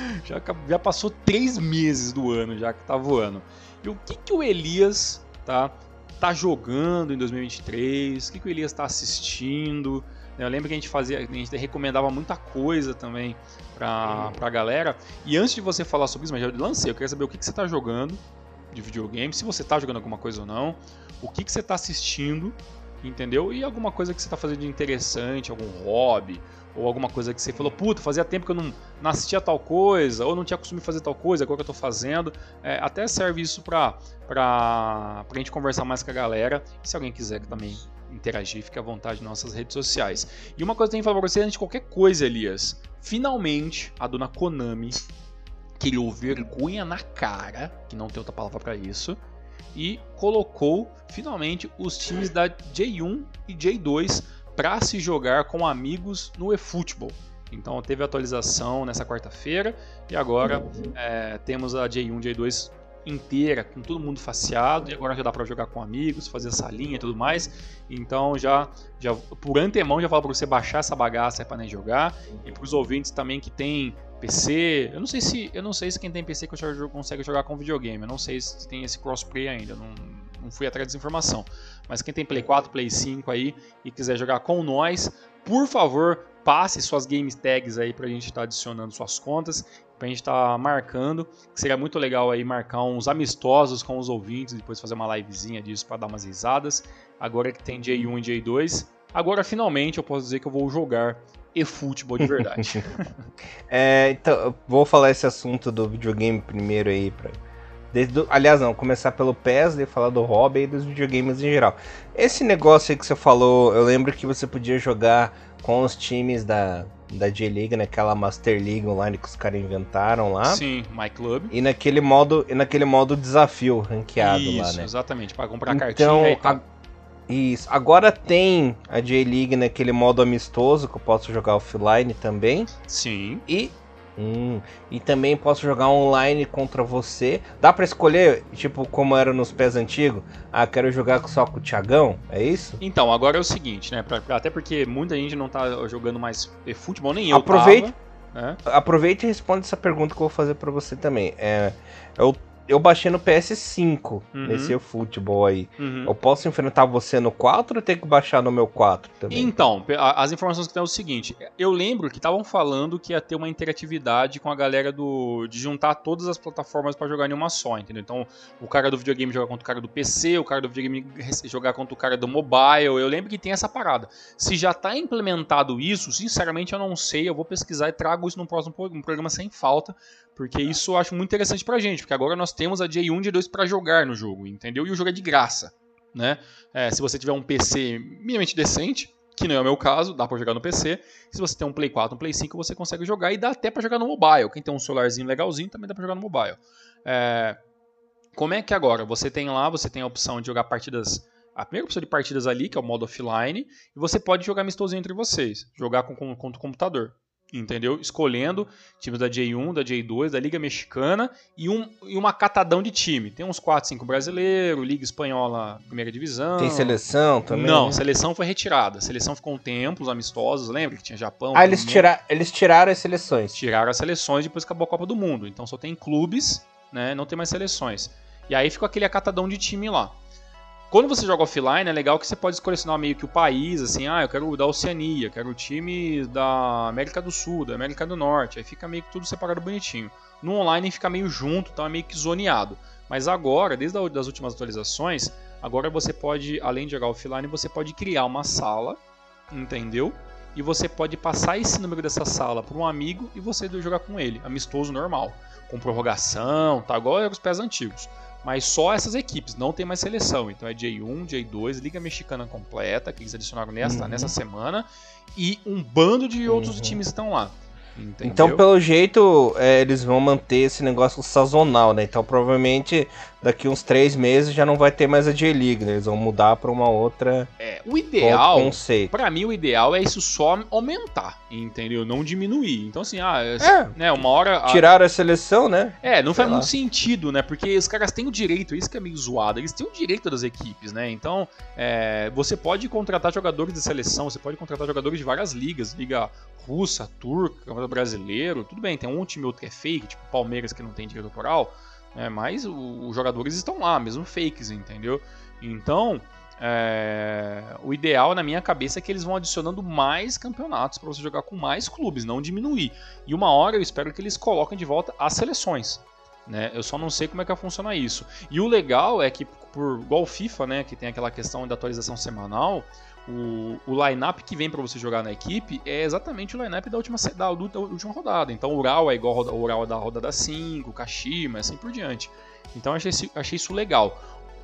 Já passou 3 meses do ano já que tá voando. E o que o Elias tá jogando em 2023? O que o Elias tá assistindo? Eu lembro que a gente recomendava muita coisa também pra galera. E antes de você falar sobre isso, mas já lancei, eu queria saber o que você tá jogando de videogame, se você tá jogando alguma coisa ou não, o que você tá assistindo, entendeu? E alguma coisa que você tá fazendo de interessante, algum hobby, ou alguma coisa que você falou, puta, fazia tempo que eu não assistia tal coisa, ou não tinha costume de fazer tal coisa, agora que eu tô fazendo. Até serve isso pra gente conversar mais com a galera. E se alguém quiser também interagir, fique à vontade nas nossas redes sociais. E uma coisa que eu tenho que falar pra você, antes de qualquer coisa, Elias, finalmente a dona Konami criou vergonha na cara, que não tem outra palavra para isso, e colocou finalmente os times da J1 e J2 para se jogar com amigos no eFootball. Então teve atualização nessa quarta-feira e agora temos a J1 e J2 inteira, com todo mundo faceado, e agora já dá para jogar com amigos, fazer salinha e tudo mais. Então já por antemão já falo para você baixar essa bagaça para nem jogar, e para os ouvintes também que tem PC, eu não sei se quem tem PC consegue jogar com videogame, eu não sei se tem esse crossplay ainda, não fui atrás dessa informação, mas quem tem Play 4, Play 5 aí e quiser jogar com nós, por favor, passe suas game tags aí pra gente estar adicionando suas contas, pra gente estar marcando, que seria muito legal aí marcar uns amistosos com os ouvintes, depois fazer uma livezinha disso pra dar umas risadas. Agora que tem J1 e J2, agora finalmente eu posso dizer que eu vou jogar eFootball de verdade. Então, eu vou falar esse assunto do videogame primeiro aí, aliás, não, começar pelo PES, falar do hobby e dos videogames em geral. Esse negócio aí que você falou, eu lembro que você podia jogar com os times da J-League, naquela Master League online que os caras inventaram lá. Sim, My Club. E naquele modo desafio ranqueado isso, lá, né? Exatamente, para comprar cartinha e tal. Isso, agora tem a J-League naquele modo amistoso, que eu posso jogar offline também. Sim. E também posso jogar online contra você. Dá pra escolher, tipo, como era nos PES antigos? Quero jogar só com o Thiagão, é isso? Então, agora é o seguinte, né? Até porque muita gente não tá jogando mais futebol, nem Aproveite e responde essa pergunta que eu vou fazer pra você também. Eu baixei no PS5 nesse futebol aí. Eu posso enfrentar você no 4 ou tenho que baixar no meu 4 também? Então, as informações que tem é o seguinte. Eu lembro que estavam falando que ia ter uma interatividade com a galera de juntar todas as plataformas para jogar em uma só, entendeu? Então, o cara do videogame jogar contra o cara do PC, o cara do videogame jogar contra o cara do mobile. Eu lembro que tem essa parada. Se já tá implementado isso, sinceramente eu não sei. Eu vou pesquisar e trago isso no próximo programa sem falta. Porque isso eu acho muito interessante pra gente, porque agora nós temos a J1 e J2 pra jogar no jogo, entendeu? E o jogo é de graça, né? Se você tiver um PC minimamente decente, que não é o meu caso, dá pra jogar no PC. Se você tem um Play 4, um Play 5, você consegue jogar e dá até pra jogar no mobile. Quem tem um celularzinho legalzinho também dá pra jogar no mobile. Como é que agora? Você tem a opção de jogar partidas... A primeira opção de partidas ali, que é o modo offline, e você pode jogar amistosinho entre vocês, jogar contra o computador. Entendeu? Escolhendo times da J1, da J2, da Liga Mexicana e uma catadão de time. Tem uns 4, 5 brasileiros, Liga Espanhola, Primeira Divisão. Tem seleção também? Não, né? Seleção foi retirada. Seleção ficou um tempo, os amistosos, lembra que tinha Japão? Eles tiraram as seleções. Tiraram as seleções depois que acabou a Copa do Mundo. Então só tem clubes, né? Não tem mais seleções. E aí ficou aquele acatadão de time lá. Quando você joga offline, é legal que você pode colecionar meio que o país, assim, eu quero da Oceania, quero o time da América do Sul, da América do Norte, aí fica meio que tudo separado bonitinho. No online fica meio junto, então é meio que zoneado. Mas agora, desde as últimas atualizações, agora você pode, além de jogar offline, você pode criar uma sala, entendeu? E você pode passar esse número dessa sala para um amigo e você jogar com ele, amistoso normal, com prorrogação, tá igual os PES antigos. Mas só essas equipes, não tem mais seleção. Então é J1, J2, Liga Mexicana completa, que eles adicionaram nessa semana, e um bando de outros times estão lá. Entendeu? Então, pelo jeito, eles vão manter esse negócio sazonal, né? Então, provavelmente, daqui uns 3 meses já não vai ter mais a J-League, né? Eles vão mudar para uma outra... O ideal, conceito. Pra mim, o ideal é isso só aumentar, entendeu? Não diminuir. Então, assim, né, uma hora... Tiraram a seleção, né? Não faz muito sentido, né? Porque os caras têm o direito, isso que é meio zoado, eles têm o direito das equipes, né? Então, você pode contratar jogadores de seleção, você pode contratar jogadores de várias ligas, liga russa, turca, brasileiro, tudo bem, tem um time outro que é fake, tipo Palmeiras que não tem direito autoral, né, mas os jogadores estão lá, mesmo fakes, entendeu? Então, o ideal na minha cabeça é que eles vão adicionando mais campeonatos para você jogar com mais clubes, não diminuir. E uma hora eu espero que eles coloquem de volta as seleções, né? Eu só não sei como é que vai funcionar isso. E o legal é que, igual o FIFA, né, que tem aquela questão da atualização semanal, o line-up que vem para você jogar na equipe é exatamente o line-up da última rodada. Então o Ural é igual o Ural da rodada 5, o Kashima, assim por diante. Então eu achei isso legal.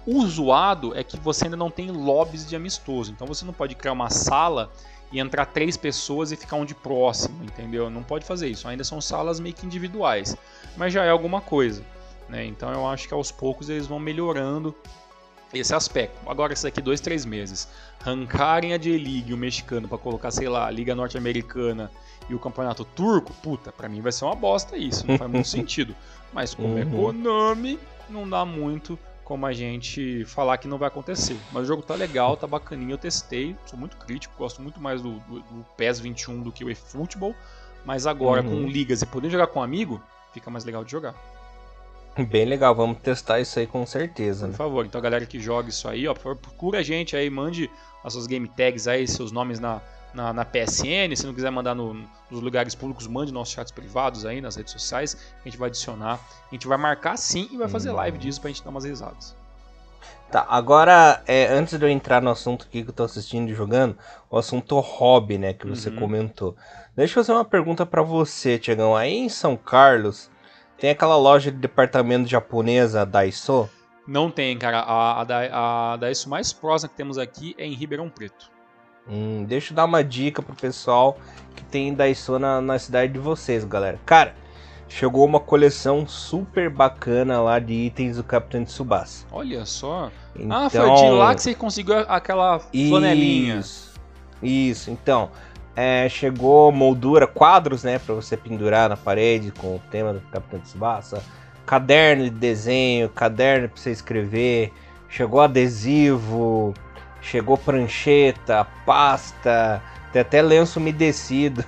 O zoado é que você ainda não tem lobbies de amistoso, então você não pode criar uma sala e entrar 3 pessoas e ficar um de próximo, entendeu? Não pode fazer isso, ainda são salas meio que individuais, mas já é alguma coisa, né? Então eu acho que aos poucos eles vão melhorando esse aspecto. Agora, esses aqui 2, 3 meses, arrancarem a J-League, o mexicano, para colocar, sei lá, a Liga Norte-Americana e o Campeonato Turco, puta, pra mim vai ser uma bosta isso, não faz muito sentido. Mas como é Konami, não dá muito como a gente falar que não vai acontecer. Mas o jogo tá legal, tá bacaninho, eu testei, sou muito crítico, gosto muito mais do PES 21 do que o eFootball, mas agora com ligas e poder jogar com um amigo, fica mais legal de jogar. Bem legal, vamos testar isso aí com certeza. Por favor, então a galera que joga isso aí, ó, por favor, procura a gente aí, mande as suas game tags aí, seus nomes na PSN, se não quiser mandar nos lugares públicos, mande nossos chats privados aí nas redes sociais, a gente vai adicionar, a gente vai marcar sim e vai fazer live disso pra gente dar umas risadas. Tá, agora, antes de eu entrar no assunto aqui que eu tô assistindo e jogando, o assunto hobby, né, que você comentou. Deixa eu fazer uma pergunta pra você, Tiagão. Aí em São Carlos, tem aquela loja de departamento japonesa, Daiso? Não tem, cara. A Daiso mais próxima que temos aqui é em Ribeirão Preto. Deixa eu dar uma dica pro pessoal que tem Daiso na cidade de vocês, galera. Cara, chegou uma coleção super bacana lá de itens do Capitão Tsubasa. Olha só. Então, foi de lá que você conseguiu aquela flanelinha. Isso, então. Chegou moldura, quadros, né, pra você pendurar na parede com o tema do Capitão Tsubasa. Caderno de desenho, caderno pra você escrever. Chegou adesivo. Chegou prancheta, pasta, tem até lenço umedecido.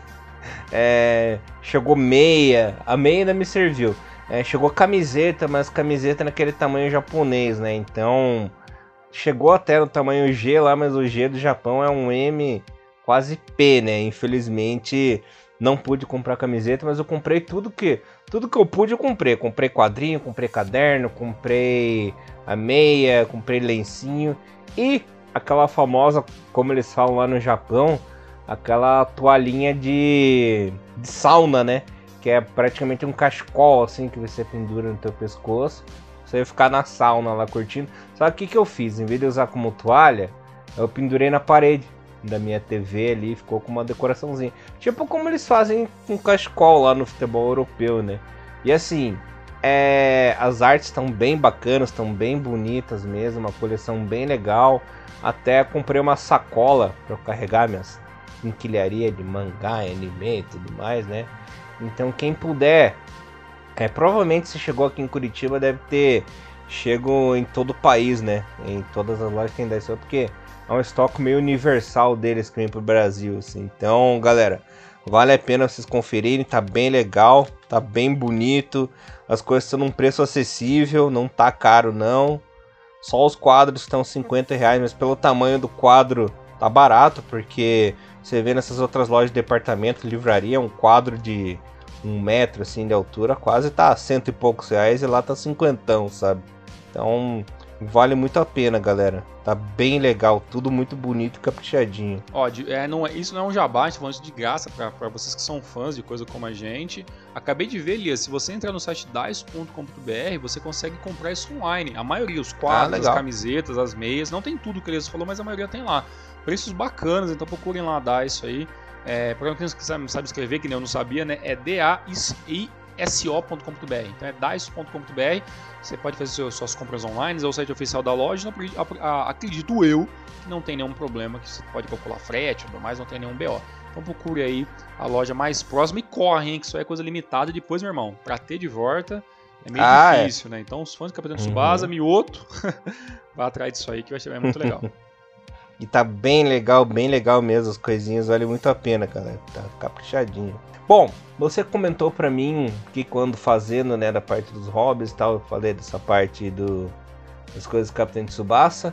Chegou meia, a meia ainda me serviu. Chegou camiseta, mas camiseta naquele tamanho japonês, né? Então, chegou até no tamanho G lá, mas o G do Japão é um M quase P, né? Infelizmente, não pude comprar camiseta, mas eu comprei tudo que eu pude, eu comprei. Comprei quadrinho, comprei caderno, comprei a meia, comprei lencinho e aquela famosa, como eles falam lá no Japão, aquela toalhinha de sauna, né? Que é praticamente um cachecol, assim, que você pendura no teu pescoço. Você vai ficar na sauna lá curtindo. Só que o que eu fiz? Em vez de usar como toalha, eu pendurei na parede da minha TV ali, ficou com uma decoraçãozinha. Tipo como eles fazem com cachecol lá no futebol europeu, né? E assim, as artes estão bem bacanas, estão bem bonitas mesmo, uma coleção bem legal. Até comprei uma sacola para eu carregar minhas quinquilharia de mangá, anime e tudo mais, né? Então quem puder, provavelmente se chegou aqui em Curitiba deve ter chego em todo o país, né? Em todas as lojas que tem Daiso, porque é um estoque meio universal deles que vem pro Brasil, assim. Então, galera, vale a pena vocês conferirem, tá bem legal, tá bem bonito, as coisas estão num preço acessível, não tá caro não. Só os quadros estão R$50, mas pelo tamanho do quadro tá barato, porque você vê nessas outras lojas de departamento, livraria, um quadro de 1 metro assim de altura, quase tá R$100 e poucos e lá tá 50, sabe? Então vale muito a pena, galera. Tá bem legal, tudo muito bonito e caprichadinho. Ó, isso não é um jabá, a gente tá falando isso de graça pra vocês que são fãs de coisa como a gente. Acabei de ver, Elias, se você entrar no site daiso.com.br, você consegue comprar isso online. A maioria, os quadros, as camisetas, as meias, não tem tudo que o Elias falou, mas a maioria tem lá. Preços bacanas, então procurem lá Daiso aí. Pra quem não sabe escrever, que nem eu não sabia, né? É daiso.com.br. Então é daiso.com.br. Você pode fazer suas compras online, é o site oficial da loja. Acredito eu que não tem nenhum problema, que você pode calcular frete ou mais, não tem nenhum BO. Então procure aí a loja mais próxima e corre, hein, que isso aí é coisa limitada. Depois, meu irmão, pra ter de volta é meio difícil, né? Então os fãs do Capitão Tsubasa, Mioto, vai atrás disso aí que vai ser muito legal. E tá bem legal mesmo, as coisinhas valem muito a pena, cara. Tá caprichadinho. Bom, você comentou pra mim que quando fazendo, né, da parte dos hobbies e tal, eu falei dessa parte das coisas do Capitão Tsubasa.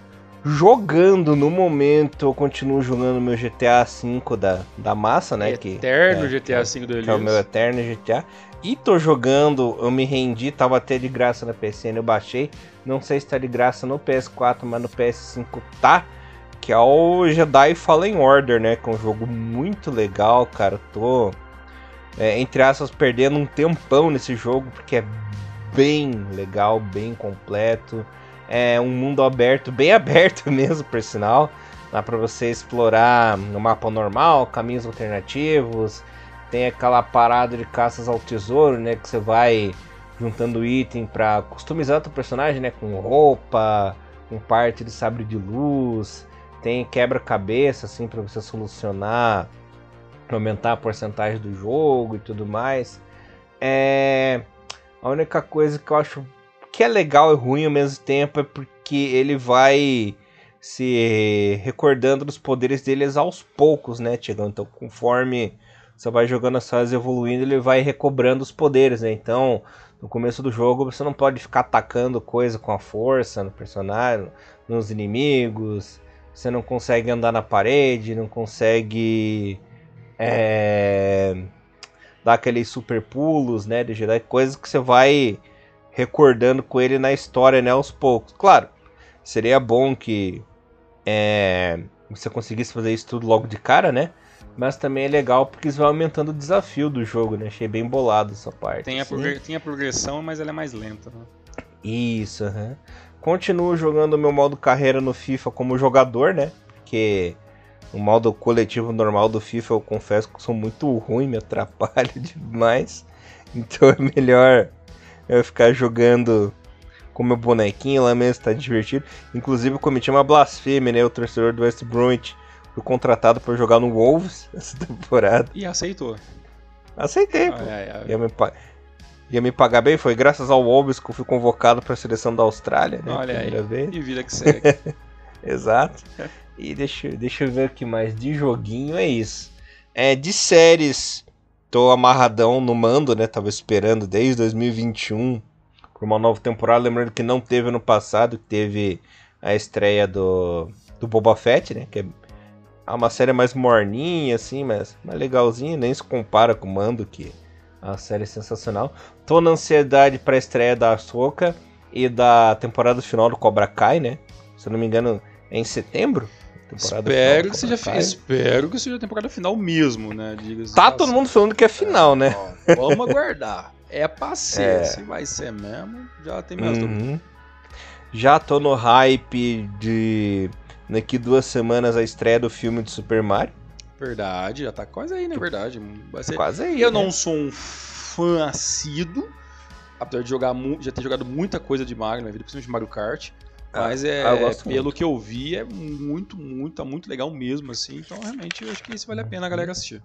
Jogando no momento, eu continuo jogando meu GTA V da massa, né? Eterno GTA V do Elias. Que é o meu eterno GTA. E tô jogando, eu me rendi, tava até de graça na PSN, eu baixei. Não sei se tá de graça no PS4, mas no PS5 tá. Que é o Jedi Fallen Order, né? Que é um jogo muito legal, cara. Tô, entre aspas, perdendo um tempão nesse jogo, porque é bem legal, bem completo. É um mundo aberto, bem aberto mesmo, por sinal. Dá pra você explorar no mapa normal, caminhos alternativos. Tem aquela parada de caças ao tesouro, né? Que você vai juntando item pra customizar o teu personagem, né? Com roupa, com parte de sabre de luz. Tem quebra-cabeça, assim, pra você solucionar, aumentar a porcentagem do jogo e tudo mais. A única coisa que eu acho que é legal e ruim ao mesmo tempo é porque ele vai se recordando dos poderes deles aos poucos, né, Tiagão? Então, conforme você vai jogando as fases evoluindo, ele vai recobrando os poderes, né? Então, no começo do jogo, você não pode ficar atacando coisa com a força no personagem, nos inimigos. Você não consegue andar na parede, não consegue dar aqueles super pulos, né, de Jedi, coisas que você vai recordando com ele na história, né, aos poucos. Claro, seria bom que você conseguisse fazer isso tudo logo de cara, né? Mas também é legal porque isso vai aumentando o desafio do jogo, né? Achei bem bolado essa parte. Tem a progressão, mas ela é mais lenta, né? Isso, Continuo jogando o meu modo carreira no FIFA como jogador, né? Porque o modo coletivo normal do FIFA, eu confesso que sou muito ruim, me atrapalha demais. Então é melhor eu ficar jogando com meu bonequinho lá mesmo, tá divertido. Inclusive eu cometi uma blasfêmia, né? O torcedor do West Bromwich foi contratado para jogar no Wolves essa temporada. E aceitou. Aceitei, pô. Ia me pagar bem, foi graças ao Wolves que eu fui convocado para a seleção da Austrália, né? Olha aí, vez. E vida que segue. Exato. E deixa eu ver o que mais de joguinho é isso. De séries, tô amarradão no mando, né? Tava esperando desde 2021 por uma nova temporada. Lembrando que não teve ano passado, teve a estreia do Boba Fett, né? Que é uma série mais morninha, assim, mas mais legalzinha. Nem se compara com o Mando, que a série é sensacional. Tô na ansiedade pra estreia da Ahsoka e da temporada final do Cobra Kai, né? Se eu não me engano, é em setembro? Espero que seja a temporada final mesmo, né? Tá todo mundo falando que é final, né? Vamos aguardar. É pra ser. Se vai ser mesmo, já tem mais dúvida. Já tô no hype de daqui 2 semanas a estreia do filme de Super Mario. Verdade, já tá quase aí, né? Verdade. Vai ser... Quase aí. Eu não sou um fã assíduo, apesar de já ter jogado muita coisa de Mario na minha vida, principalmente Mario Kart. Mas pelo muito que eu vi, é muito legal mesmo, assim. Então, realmente, eu acho que isso vale a pena a galera assistir.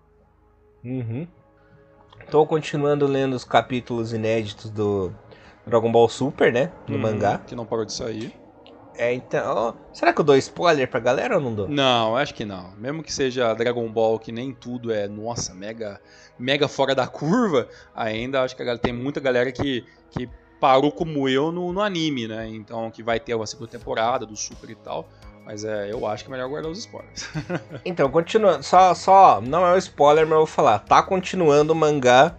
Tô continuando lendo os capítulos inéditos do Dragon Ball Super, né? No mangá. Que não parou de sair. Então... será que eu dou spoiler pra galera ou não dou? Não, acho que não. Mesmo que seja Dragon Ball, que nem tudo é, nossa, mega fora da curva, ainda acho que tem muita galera que parou como eu no anime, né? Então, que vai ter uma segunda temporada do Super e tal. Mas eu acho que é melhor guardar os spoilers. Então, continuando. Só não é um spoiler, mas eu vou falar. Tá continuando o mangá.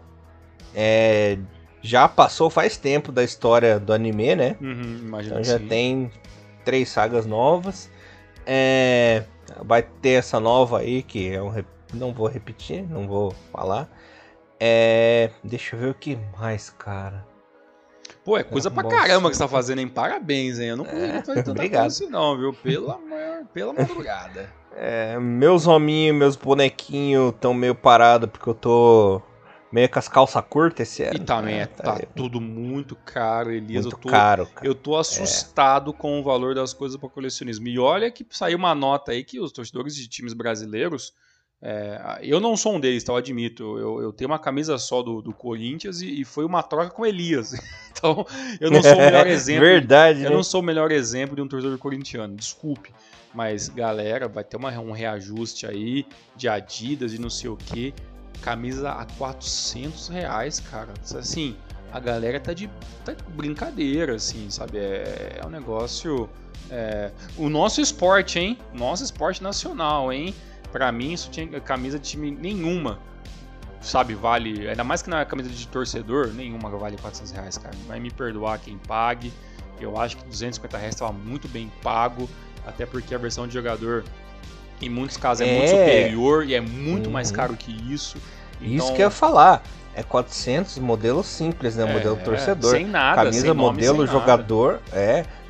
Já passou faz tempo da história do anime, né? Imagino então já tem 3 sagas novas. Vai ter essa nova aí, que não vou repetir, não vou falar. Deixa eu ver o que mais, cara. Pô, é coisa pra caramba que você tá fazendo, hein? Parabéns, hein? Eu não consegui fazer tanta coisa assim não, viu? Pela madrugada. Meus hominhos, meus bonequinhos estão meio parados porque eu tô meio com as calças curtas esse ano. E também tá tudo muito caro, Elias. Muito caro, cara. Eu tô assustado com o valor das coisas para colecionismo. E olha que saiu uma nota aí que os torcedores de times brasileiros... eu não sou um deles, tá? Eu admito. Eu tenho uma camisa só do Corinthians e foi uma troca com Elias. Então, eu não sou o melhor exemplo. Verdade, eu não sou o melhor exemplo de um torcedor corintiano, desculpe. Mas, galera, vai ter um reajuste aí de Adidas e não sei o que. Camisa a R$400, cara. Assim, a galera tá de brincadeira, assim, sabe? É um negócio... o nosso esporte, hein? Nosso esporte nacional, hein? Pra mim, isso tinha camisa de time nenhuma, sabe, vale... Ainda mais que não é camisa de torcedor, nenhuma vale R$400, cara. Vai me perdoar quem pague. Eu acho que R$250 estava muito bem pago, até porque a versão de jogador, em muitos casos, é muito superior e é muito mais caro que isso. Então... Isso que eu ia falar. É 400, modelo simples, né? Modelo torcedor. Sem nada, camisa sem nome, modelo sem jogador, nada.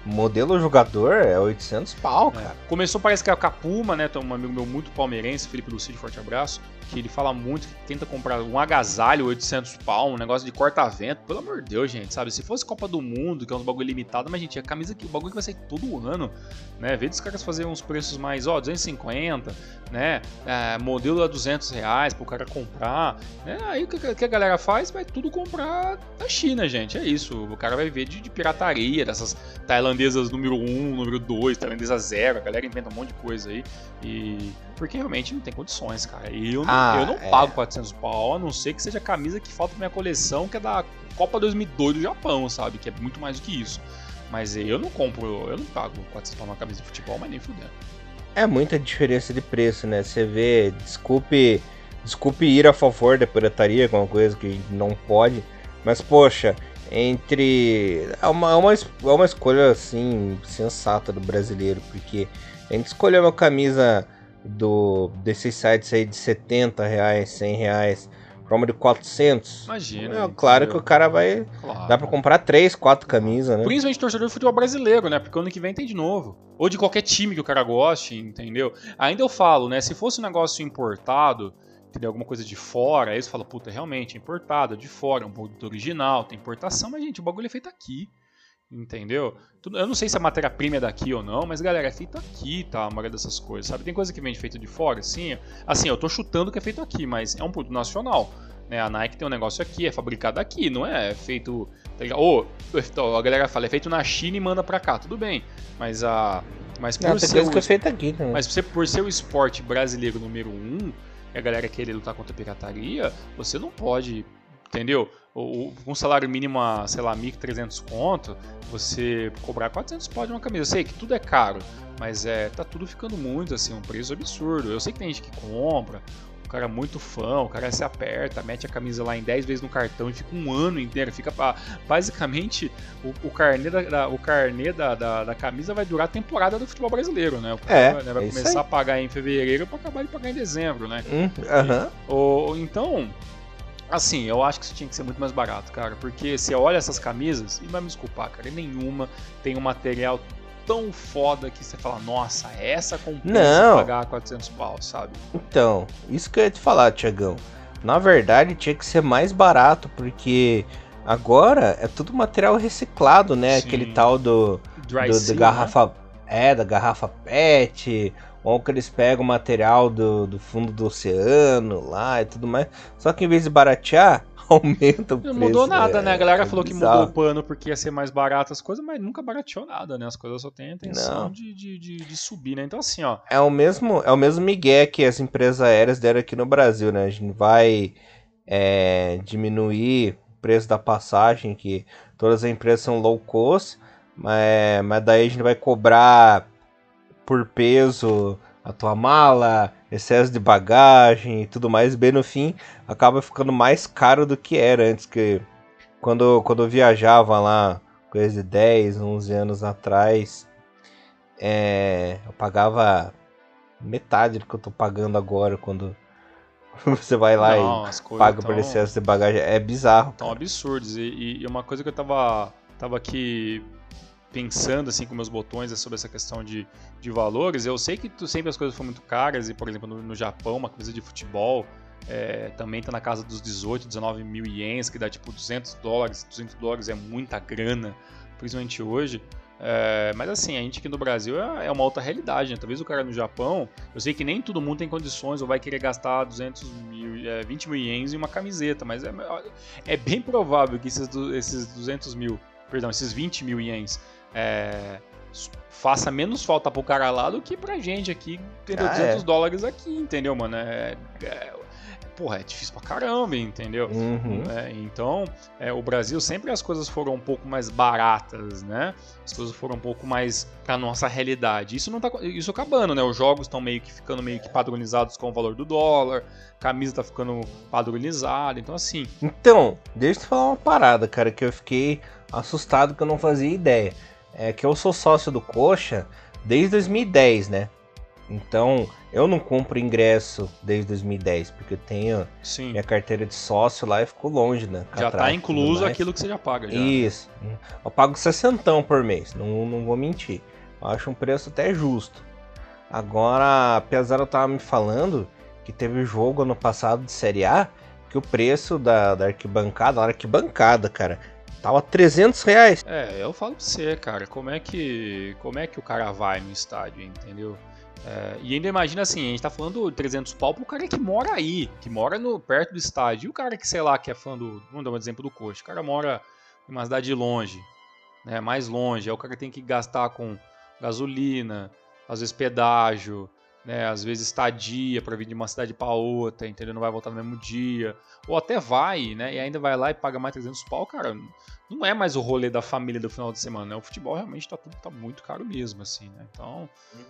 modelo jogador é 800 pau, cara. Começou, parece que é com a Puma, né? Tem um amigo meu muito palmeirense, Felipe Lucide, forte abraço, que ele fala muito que tenta comprar um agasalho 800 pau, um negócio de corta-vento. Pelo amor de Deus, gente, sabe? Se fosse Copa do Mundo, que é um bagulho limitado, mas, gente, a camisa aqui, o bagulho que vai sair todo ano, né? Vê dos caras fazerem uns preços mais, 250, né? Modelo a R$200 pro cara comprar, né? Aí o que a galera faz? Vai tudo comprar da China, gente. É isso. O cara vai ver de pirataria, dessas tailandesas número 1, número 2, tailandesa 0. A galera inventa um monte de coisa aí. Porque realmente não tem condições, cara. Eu não pago 400 pau, a não ser que seja a camisa que falta pra minha coleção, que é da Copa 2002 do Japão, sabe? Que é muito mais do que isso. Mas eu não pago 400 pau numa camisa de futebol, mas nem fudendo. É muita diferença de preço, né? Você vê, desculpe ir a favor da pirataria, que é uma coisa que não pode, mas poxa, é uma escolha assim sensata do brasileiro, porque a gente escolheu uma camisa desses sites aí de R$70, R$100, pra uma de 400. Imagina. Claro que o cara vai... Claro. Dá pra comprar 3, 4 camisas, né? Principalmente torcedor de futebol brasileiro, né? Porque ano que vem tem de novo. Ou de qualquer time que o cara goste, entendeu? Ainda eu falo, né? Se fosse um negócio importado, entendeu? Alguma coisa de fora, aí você fala, puta, realmente é importado, é de fora, é um produto original, tem importação, mas, gente, o bagulho é feito aqui. Entendeu? Eu não sei se a matéria-prima é daqui ou não, mas, galera, é feito aqui, tá? A maioria dessas coisas, sabe? Tem coisa que vem feito de fora, assim, eu tô chutando que é feito aqui, mas é um produto nacional, né? A Nike tem um negócio aqui, é fabricado aqui, não é feito... a galera fala, é feito na China e manda pra cá, tudo bem, mas por ser que é feito aqui também. Mas por ser o esporte brasileiro número 1, e a galera querer lutar contra a pirataria, você não pode... Entendeu? Um salário mínimo a, sei lá, 1.300 conto, você cobrar 400 pau de uma camisa. Eu sei que tudo é caro, mas tá tudo ficando muito, assim, um preço absurdo. Eu sei que tem gente que compra, o cara é muito fã, o cara se aperta, mete a camisa lá em 10 vezes no cartão e fica um ano inteiro. Fica basicamente, o carnê da camisa vai durar a temporada do futebol brasileiro, né? O cara vai começar a pagar em fevereiro para acabar de pagar em dezembro, né? Então... Assim, eu acho que isso tinha que ser muito mais barato, cara, porque você olha essas camisas, e vai me desculpar, cara, nenhuma tem um material tão foda que você fala, nossa, essa compensa pagar 400 pau, sabe? Então, isso que eu ia te falar, Tiagão, na verdade tinha que ser mais barato, porque agora é tudo material reciclado, né? Sim. Aquele tal do garrafa, né? Da garrafa PET... Ou que eles pegam o material do fundo do oceano lá e tudo mais. Só que em vez de baratear, aumenta o preço. Não mudou nada, né? A galera falou que mudou o pano porque ia ser mais barato as coisas, mas nunca barateou nada, né? As coisas só têm a intenção de subir, né? Então assim, ó... É o mesmo migué que as empresas aéreas deram aqui no Brasil, né? A gente vai diminuir o preço da passagem, que todas as empresas são low cost, mas daí a gente vai cobrar... por peso, a tua mala, excesso de bagagem e tudo mais, bem no fim, acaba ficando mais caro do que era antes, que quando eu viajava lá, coisa de 10, 11 anos atrás, eu pagava metade do que eu tô pagando agora, quando você vai lá e paga por excesso de bagagem, é bizarro. Tão absurdos, e uma coisa que eu tava aqui... pensando assim com meus botões sobre essa questão de valores, eu sei que sempre as coisas foram muito caras e, por exemplo, no Japão, uma camisa de futebol também tá na casa dos 18, 19 mil ienes, que dá tipo $200. $200 é muita grana, principalmente hoje. Mas assim, a gente aqui no Brasil é uma outra realidade, né? Talvez o cara no Japão, eu sei que nem todo mundo tem condições ou vai querer gastar 20 mil ienes em uma camiseta, mas é bem provável que esses 20 mil ienes faça menos falta pro cara lá do que pra gente aqui, entendeu? $200 aqui, entendeu, mano? Porra, é difícil pra caramba, entendeu? Então, o Brasil sempre as coisas foram um pouco mais baratas, né? As coisas foram um pouco mais pra nossa realidade. Isso acabando, né? Os jogos estão ficando meio que padronizados com o valor do dólar, a camisa tá ficando padronizada, então assim... Então, deixa eu te falar uma parada, cara, que eu fiquei assustado que eu não fazia ideia. É que eu sou sócio do Coxa desde 2010, né? Então, eu não compro ingresso desde 2010, porque eu tenho minha carteira de sócio lá e ficou longe, né? Já tá incluso aquilo que você já paga. Já, isso. Né? Eu pago 60 por mês, não vou mentir. Eu acho um preço até justo. Agora, apesar de eu tava me falando que teve jogo ano passado de Série A, que o preço da arquibancada, cara, tava R$300. Eu falo pra você, cara, como é que o cara vai no estádio, entendeu? E ainda imagina assim, a gente tá falando de 300 pau pro cara que mora aí, que mora perto do estádio. E o cara que, sei lá, que é fã vamos dar um exemplo do Coxa, o cara mora em uma cidade longe, né, mais longe, aí o cara tem que gastar com gasolina, às vezes pedágio, né, às vezes estadia para vir de uma cidade para outra, entendeu? Não vai voltar no mesmo dia, ou até vai, né, e ainda vai lá e paga mais 300 pau, cara, não é mais o rolê da família do final de semana, né? O futebol realmente tá muito caro mesmo, assim, né? Então,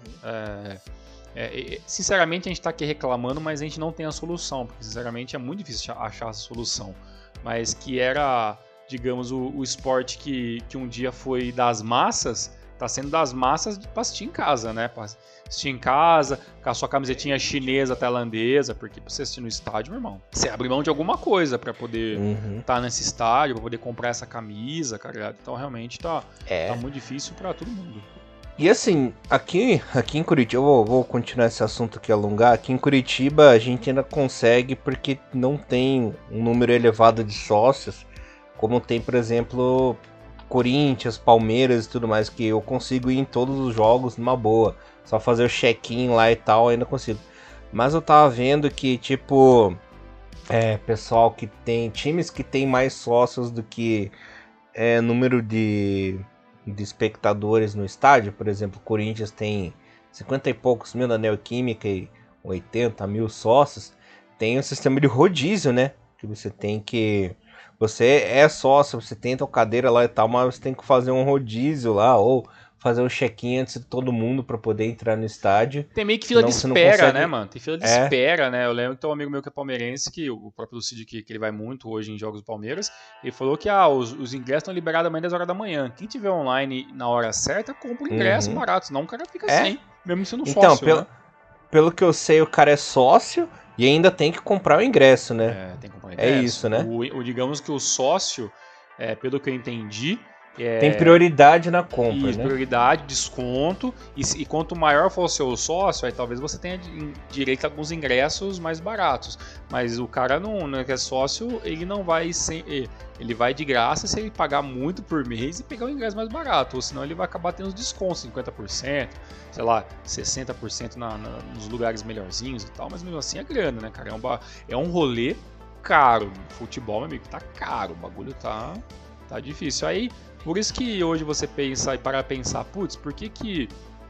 sinceramente a gente tá aqui reclamando, mas a gente não tem a solução, porque sinceramente é muito difícil achar essa solução, mas que era, digamos, o esporte que um dia foi das massas, tá sendo das massas pra assistir em casa, né? Pra assistir em casa, com a sua camisetinha chinesa, tailandesa, porque pra você assistir no estádio, meu irmão, você abre mão de alguma coisa pra poder estar nesse estádio, pra poder comprar essa camisa, cara. Então realmente tá muito difícil pra todo mundo. E assim, aqui em Curitiba, eu vou continuar esse assunto aqui, alongar. Aqui em Curitiba a gente ainda consegue, porque não tem um número elevado de sócios, como tem, por exemplo, Corinthians, Palmeiras e tudo mais, que eu consigo ir em todos os jogos numa boa. Só fazer o check-in lá e tal, ainda consigo. Mas eu tava vendo que, tipo, pessoal que tem times que tem mais sócios do que número de espectadores no estádio. Por exemplo, o Corinthians tem 50 e poucos mil na Neoquímica e 80 mil sócios. Tem um sistema de rodízio, né? Que você tem que... Você é sócio, você tem tua cadeira lá e tal, mas você tem que fazer um rodízio lá, ou fazer um check-in antes de todo mundo pra poder entrar no estádio. Tem meio que fila de espera, né, mano? Tem fila de espera, né? Eu lembro que tem um amigo meu que é palmeirense, que o próprio Lucídio, que ele vai muito hoje em jogos do Palmeiras, ele falou que os ingressos estão liberados amanhã 10 horas da manhã. Quem tiver online na hora certa, compra o ingresso barato, senão o cara fica sem, mesmo sendo sócio, então, né? Pelo que eu sei, o cara é sócio e ainda tem que comprar o ingresso, né? Tem que comprar o ingresso. É isso, né? Digamos que o sócio, pelo que eu entendi... tem prioridade na compra, isso, né? Prioridade, desconto, e quanto maior for o seu sócio, aí talvez você tenha direito a alguns ingressos mais baratos. Mas o cara não é sócio, ele não vai ele vai de graça se ele pagar muito por mês e pegar o ingresso mais barato, ou senão ele vai acabar tendo os descontos, 50%, sei lá, 60% nos lugares melhorzinhos e tal, mas mesmo assim é grana, né, cara? É um rolê caro. Futebol, meu amigo, tá caro, o bagulho tá difícil. Aí, por isso que hoje você pensa e para pensar, putz, por que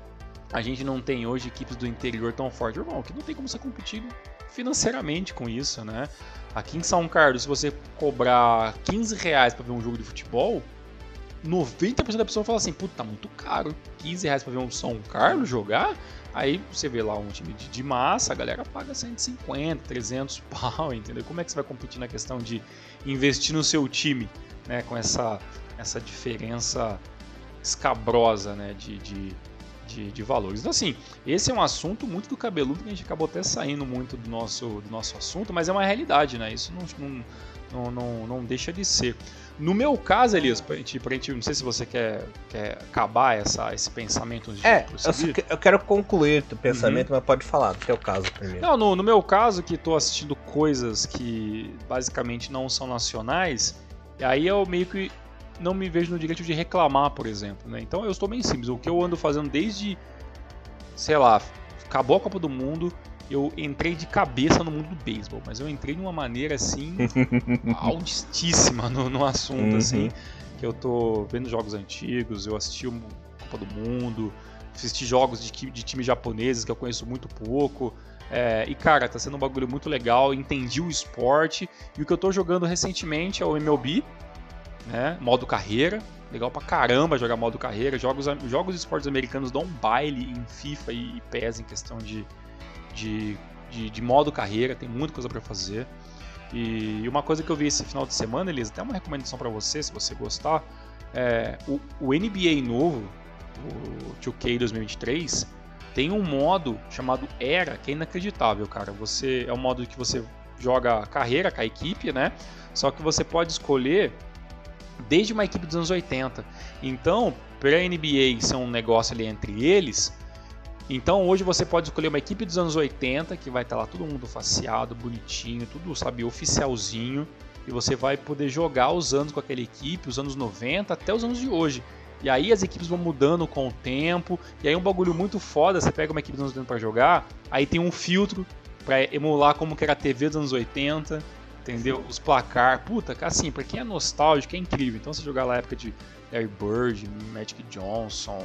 a gente não tem hoje equipes do interior tão fortes? Irmão, que não tem como você competir financeiramente com isso, né? Aqui em São Carlos, se você cobrar R$15 para ver um jogo de futebol, 90% da pessoa fala assim, puta, tá muito caro, R$15 para ver um São Carlos jogar? Aí você vê lá um time de massa, a galera paga 150, 300 pau, entendeu? Como é que você vai competir na questão de investir no seu time, né, com essa diferença escabrosa, né, de valores. Então, assim, esse é um assunto muito do cabeludo, que a gente acabou até saindo muito do nosso assunto, mas é uma realidade, né? Isso não deixa de ser. No meu caso, Elias, pra gente, não sei se você quer acabar esse pensamento de prosseguir. Eu quero concluir o pensamento, mas pode falar do teu caso primeiro. Não, no meu caso, que estou assistindo coisas que basicamente não são nacionais, e aí eu meio que não me vejo no direito de reclamar, por exemplo, né? Então eu estou bem simples. O que eu ando fazendo desde, sei lá, acabou a Copa do Mundo, eu entrei de cabeça no mundo do beisebol, mas eu entrei de uma maneira assim altíssima no assunto, assim, que eu tô vendo jogos antigos, eu assisti a Copa do Mundo, assisti jogos de times japoneses que eu conheço muito pouco. E cara, tá sendo um bagulho muito legal, entendi o esporte, e o que eu tô jogando recentemente é o MLB, né, modo carreira, legal pra caramba jogar modo carreira. Jogos de esportes americanos dão um baile em FIFA e PES em questão de modo carreira, tem muita coisa pra fazer. E uma coisa que eu vi esse final de semana, Elisa, até uma recomendação pra você, se você gostar, o NBA novo, o 2K 2023, tem um modo chamado Era, que é inacreditável, cara. É um modo que você joga carreira com a equipe, né? Só que você pode escolher desde uma equipe dos anos 80. Então, para a NBA ser um negócio ali entre eles, então hoje você pode escolher uma equipe dos anos 80, que vai estar lá todo mundo faceado, bonitinho, tudo, sabe, oficialzinho, e você vai poder jogar os anos com aquela equipe, os anos 90 até os anos de hoje. E aí as equipes vão mudando com o tempo, e aí um bagulho muito foda, você pega uma equipe dos anos 80 pra jogar, aí tem um filtro pra emular como que era a TV dos anos 80, entendeu? Os placar, puta, assim, pra quem é nostálgico é incrível. Então você jogar lá na época de Larry Bird, Magic Johnson,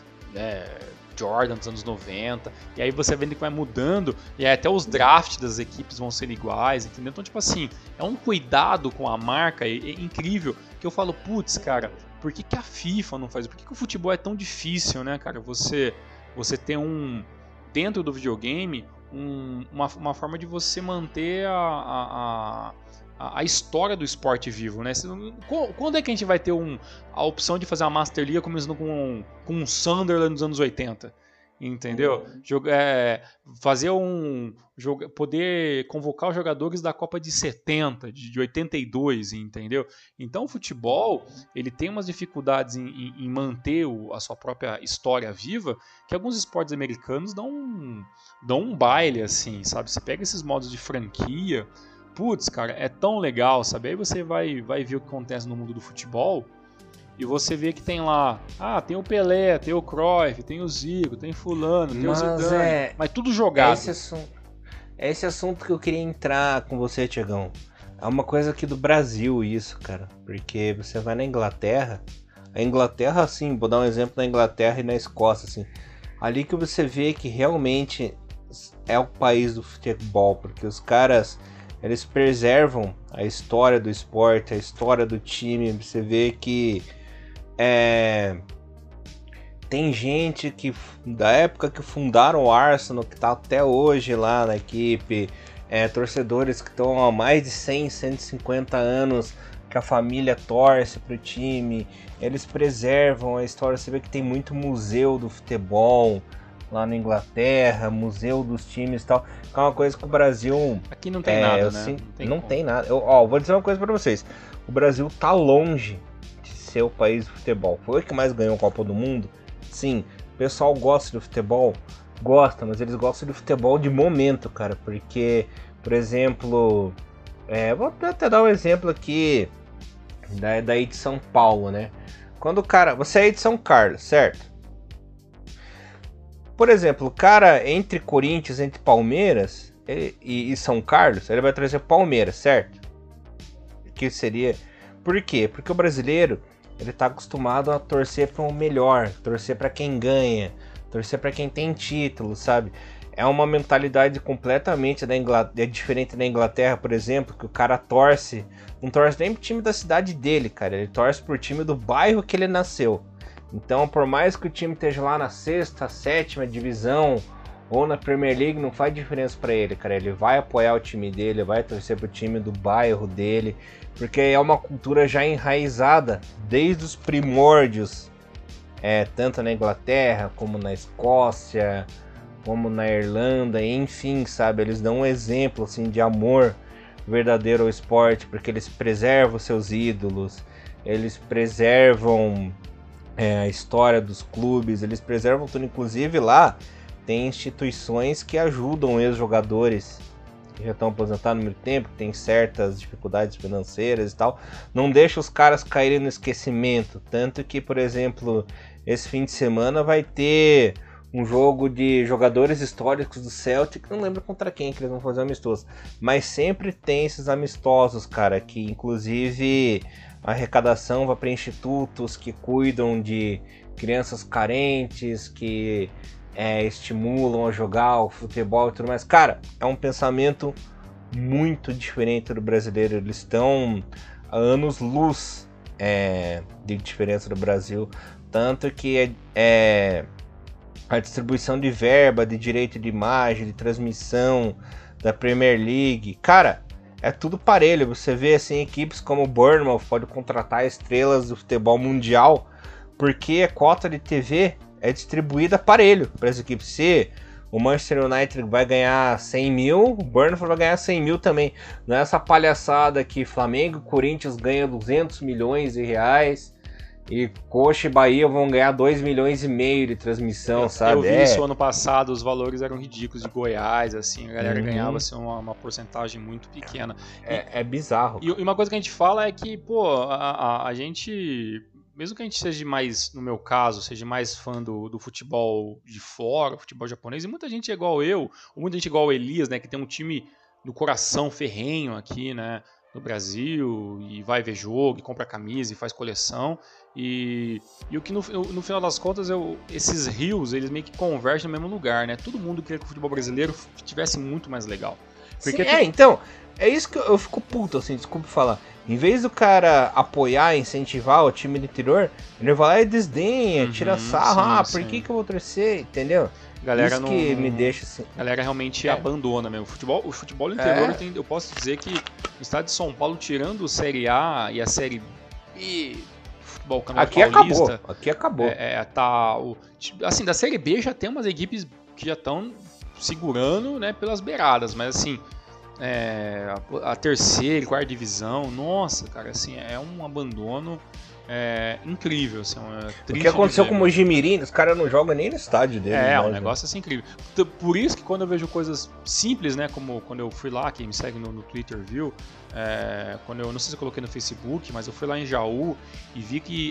Jordan dos anos 90, e aí você vê que vai mudando, e aí até os drafts das equipes vão ser iguais, entendeu? Então, tipo assim, é um cuidado com a marca incrível, que eu falo, putz, cara, por que a FIFA não faz? Por que o futebol é tão difícil, né, cara? Você tem dentro do videogame, uma forma de você manter a história do esporte vivo, né? Quando é que a gente vai ter a opção de fazer uma Master League começando com um Sunderland nos anos 80? Entendeu? Fazer poder convocar os jogadores da Copa de 70, de 82, entendeu? Então o futebol, ele tem umas dificuldades em manter a sua própria história viva, que alguns esportes americanos dão um baile, assim, sabe? Você pega esses modos de franquia, putz, cara, é tão legal, sabe? Aí você vai ver o que acontece no mundo do futebol, e você vê que tem lá, tem o Pelé, tem o Cruyff, tem o Zico, tem fulano, tem o Zidane, mas tudo jogado. É esse assunto que eu queria entrar com você, Tiagão. É uma coisa aqui do Brasil isso, cara, porque você vai na Inglaterra, a Inglaterra, assim, vou dar um exemplo na Inglaterra e na Escócia, assim, ali que você vê que realmente é o país do futebol, porque os caras, eles preservam a história do esporte, a história do time. Você vê que tem gente que da época que fundaram o Arsenal, que está até hoje lá na equipe, torcedores que estão há mais de 100, 150 anos, que a família torce pro time, eles preservam a história. Você vê que tem muito museu do futebol lá na Inglaterra, museu dos times e tal, que é uma coisa que o Brasil... Aqui não tem nada, né? Não tem nada. Vou dizer uma coisa pra vocês, o Brasil tá longe de ser o país do futebol. Foi o que mais ganhou a Copa do Mundo? Sim, o pessoal gosta do futebol? Gosta, mas eles gostam de futebol de momento, cara, porque, por exemplo, vou até dar um exemplo aqui daí de São Paulo, né? Quando o cara... Você é de São Carlos, certo? Por exemplo, o cara entre Corinthians, entre Palmeiras e São Carlos, ele vai trazer Palmeiras, certo? Que seria... Por quê? Porque o brasileiro, ele tá acostumado a torcer para o melhor, torcer para quem ganha, torcer para quem tem título, sabe? É uma mentalidade completamente diferente da Inglaterra, por exemplo, que o cara não torce nem pro time da cidade dele, cara, ele torce pro time do bairro que ele nasceu. Então, por mais que o time esteja lá na 6ª, 7ª divisão ou na Premier League, não faz diferença para ele, cara. Ele vai apoiar o time dele, vai torcer pro time do bairro dele, porque é uma cultura já enraizada desde os primórdios, tanto na Inglaterra como na Escócia, como na Irlanda, enfim, sabe? Eles dão um exemplo assim de amor verdadeiro ao esporte, porque eles preservam seus ídolos, eles preservam a história dos clubes, eles preservam tudo. Inclusive lá tem instituições que ajudam ex-jogadores que já estão aposentados há muito tempo, que tem certas dificuldades financeiras e tal, não deixa os caras caírem no esquecimento. Tanto que, por exemplo, esse fim de semana vai ter um jogo de jogadores históricos do Celtic, não lembro contra quem que eles vão fazer amistoso, mas sempre tem esses amistosos, cara, que inclusive a arrecadação vai para institutos que cuidam de crianças carentes, que estimulam a jogar o futebol e tudo mais. Cara, é um pensamento muito diferente do brasileiro. Eles estão a anos-luz de diferença do Brasil. Tanto que a distribuição de verba, de direito de imagem, de transmissão da Premier League, cara, é tudo parelho. Você vê assim, equipes como o Bournemouth pode contratar estrelas do futebol mundial, porque a cota de TV é distribuída parelho para as equipes. Se o Manchester United vai ganhar 100 mil, o Brentford vai ganhar 100 mil também. Não é essa palhaçada que Flamengo e Corinthians ganham 200 milhões de reais e Coxa e Bahia vão ganhar 2 milhões e meio de transmissão, sabe? Eu vi isso ano passado, os valores eram ridículos de Goiás, assim, a galera ganhava assim, uma porcentagem muito pequena. É bizarro. E uma coisa que a gente fala é que, pô, a gente... Mesmo que a gente seja mais, no meu caso, seja mais fã do futebol de fora, futebol japonês, e muita gente é igual eu, ou muita gente é igual o Elias, né, que tem um time do coração ferrenho aqui, né, no Brasil, e vai ver jogo, e compra camisa, e faz coleção, e o que no final das contas, esses rios, eles meio que convergem no mesmo lugar, né, todo mundo queria que o futebol brasileiro estivesse muito mais legal. Porque então, é isso que eu fico puto, assim, desculpa falar. Em vez do cara apoiar, incentivar o time do interior, ele vai lá e desdenha, tira sarro. Por que eu vou torcer? Entendeu? Galera isso que me deixa assim. A galera realmente abandona mesmo. O futebol do interior, eu posso dizer que no estado de São Paulo, tirando a Série A e a Série B, futebol Campeonato Paulista... Aqui acabou. Assim, da Série B já tem umas equipes que já estão segurando, né, pelas beiradas, mas assim... a terceira e quarta divisão, nossa, cara, assim, é um abandono incrível, assim, o que aconteceu com o Mojimirim, os caras não jogam nem no estádio dele. Um negócio assim incrível. Por isso que quando eu vejo coisas simples, né, como quando eu fui lá, quem me segue no Twitter viu, quando eu não sei se eu coloquei no Facebook, mas eu fui lá em Jaú e vi que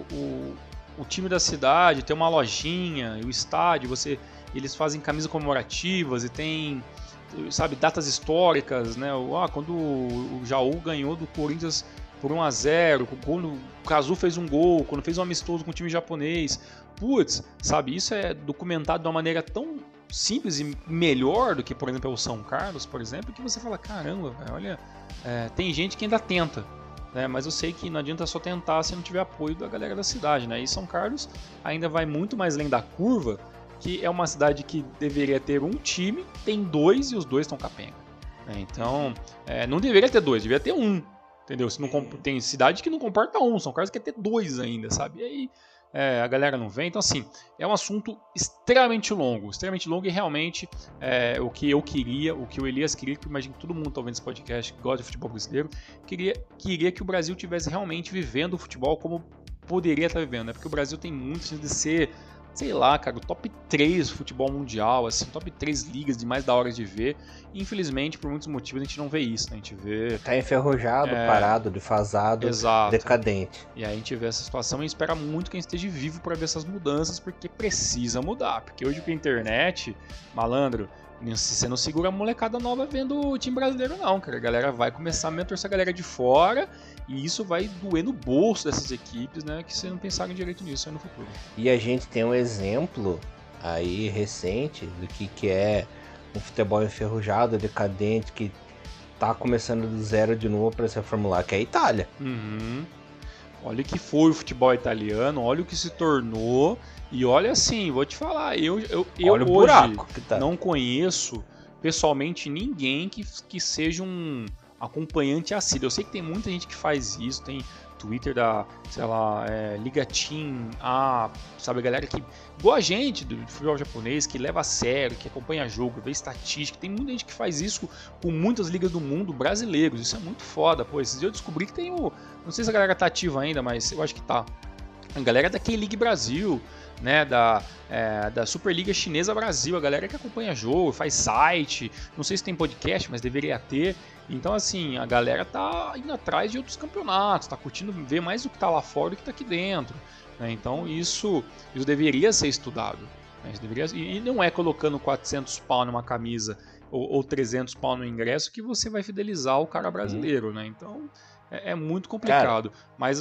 o time da cidade tem uma lojinha, e o estádio, eles fazem camisas comemorativas e tem, sabe, datas históricas, né? Quando o Jaú ganhou do Corinthians por 1-0, quando o Kazu fez um gol, quando fez um amistoso com o time japonês. Putz, sabe, isso é documentado de uma maneira tão simples e melhor do que, por exemplo, o São Carlos, por exemplo, que você fala, caramba, véio, olha, tem gente que ainda tenta, né? Mas eu sei que não adianta só tentar se não tiver apoio da galera da cidade, né? E São Carlos ainda vai muito mais além da curva, que é uma cidade que deveria ter um time, tem 2 e os 2 estão capenga. Então, não deveria ter 2, deveria ter 1. Entendeu? Tem cidade que não comporta 1, São Carlos quer ter 2 ainda, sabe? E aí a galera não vem. Então, assim, é um assunto extremamente longo e realmente o que eu queria, o que o Elias queria, que eu imagino que todo mundo está ouvindo esse podcast que gosta de futebol brasileiro, queria que o Brasil estivesse realmente vivendo o futebol como poderia estar vivendo, né? Porque o Brasil tem muito chance de ser, sei lá, cara, o top 3 futebol mundial, assim, top 3 ligas de mais da hora de ver. E, infelizmente, por muitos motivos, a gente não vê isso, né? A gente vê... Tá enferrujado, parado, defasado, exato, decadente. E aí a gente vê essa situação e espera muito que a gente esteja vivo para ver essas mudanças, porque precisa mudar. Porque hoje com a internet, malandro, você não segura a molecada nova vendo o time brasileiro, não, cara. A galera vai começar a mentorar essa galera de fora e isso vai doer no bolso dessas equipes, né? Que vocês não pensaram direito nisso aí no futuro. E a gente tem um exemplo aí recente do que é um futebol enferrujado, decadente, que tá começando do zero de novo para se reformular, que é a Itália. Olha o que foi o futebol italiano, olha o que se tornou. E olha assim, vou te falar, eu olha o hoje buraco que tá. Não conheço pessoalmente ninguém que seja um acompanhante assíduo. Eu sei que tem muita gente que faz isso, tem Twitter da, sei lá, Liga Team, sabe, a galera que, igual a gente do futebol japonês, que leva a sério, que acompanha jogo, vê estatística, tem muita gente que faz isso com muitas ligas do mundo brasileiros, isso é muito foda, pô, esses dias eu descobri que tem não sei se a galera tá ativa ainda, mas eu acho que tá, a galera da K-League Brasil, né, da Superliga Chinesa Brasil, a galera que acompanha jogo, faz site, não sei se tem podcast, mas deveria ter. Então, assim, a galera tá indo atrás de outros campeonatos, tá curtindo ver mais o que tá lá fora do que tá aqui dentro, né? Então, isso deveria ser estudado, né? E não é colocando 400 pau numa camisa ou 300 pau no ingresso que você vai fidelizar o cara brasileiro, né? Então... É muito complicado, cara, mas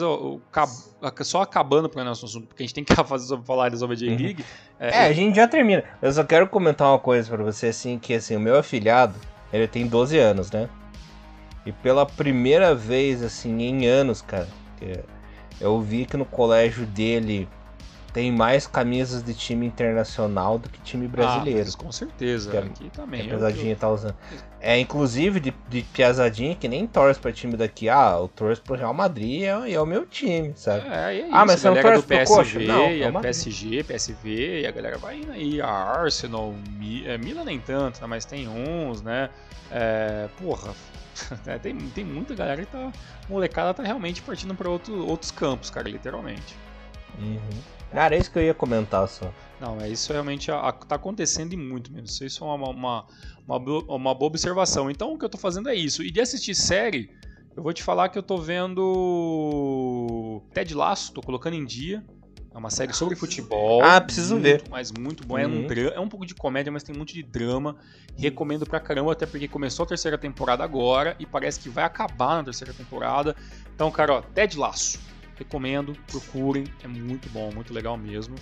só acabando para o nosso assunto, porque a gente tem que falar sobre a J-League. A gente já termina. Eu só quero comentar uma coisa para você, assim, que assim, o meu afilhado, ele tem 12 anos, né? E pela primeira vez, assim, em anos, cara, eu vi que no colégio dele tem mais camisas de time internacional do que time brasileiro. Com certeza, aqui também. A Piazadinha tá usando. Inclusive de Piazadinha que nem torce pra time daqui. Eu torço pro Real Madrid e é o meu time, sabe? É isso. Mas você não torce pro Coxa? Não, e a PSG, PSV, e a galera vai indo aí. A Arsenal, Milan nem tanto, né? Mas tem uns, né? Tem muita galera que tá... Molecada tá realmente partindo pra outros campos, cara, literalmente. Cara, é isso que eu ia comentar só. Não, isso realmente tá acontecendo e muito mesmo. Isso é uma boa observação. Então o que eu tô fazendo é isso. E de assistir série, eu vou te falar que eu tô vendo Ted Lasso, tô colocando em dia. É uma série sobre futebol. Preciso ver. Mas muito bom. É um pouco de comédia, mas tem muito de drama. Recomendo pra caramba, até porque começou a terceira temporada agora e parece que vai acabar na terceira temporada. Então, cara, Ted Lasso. Recomendo, procurem, é muito bom, muito legal mesmo.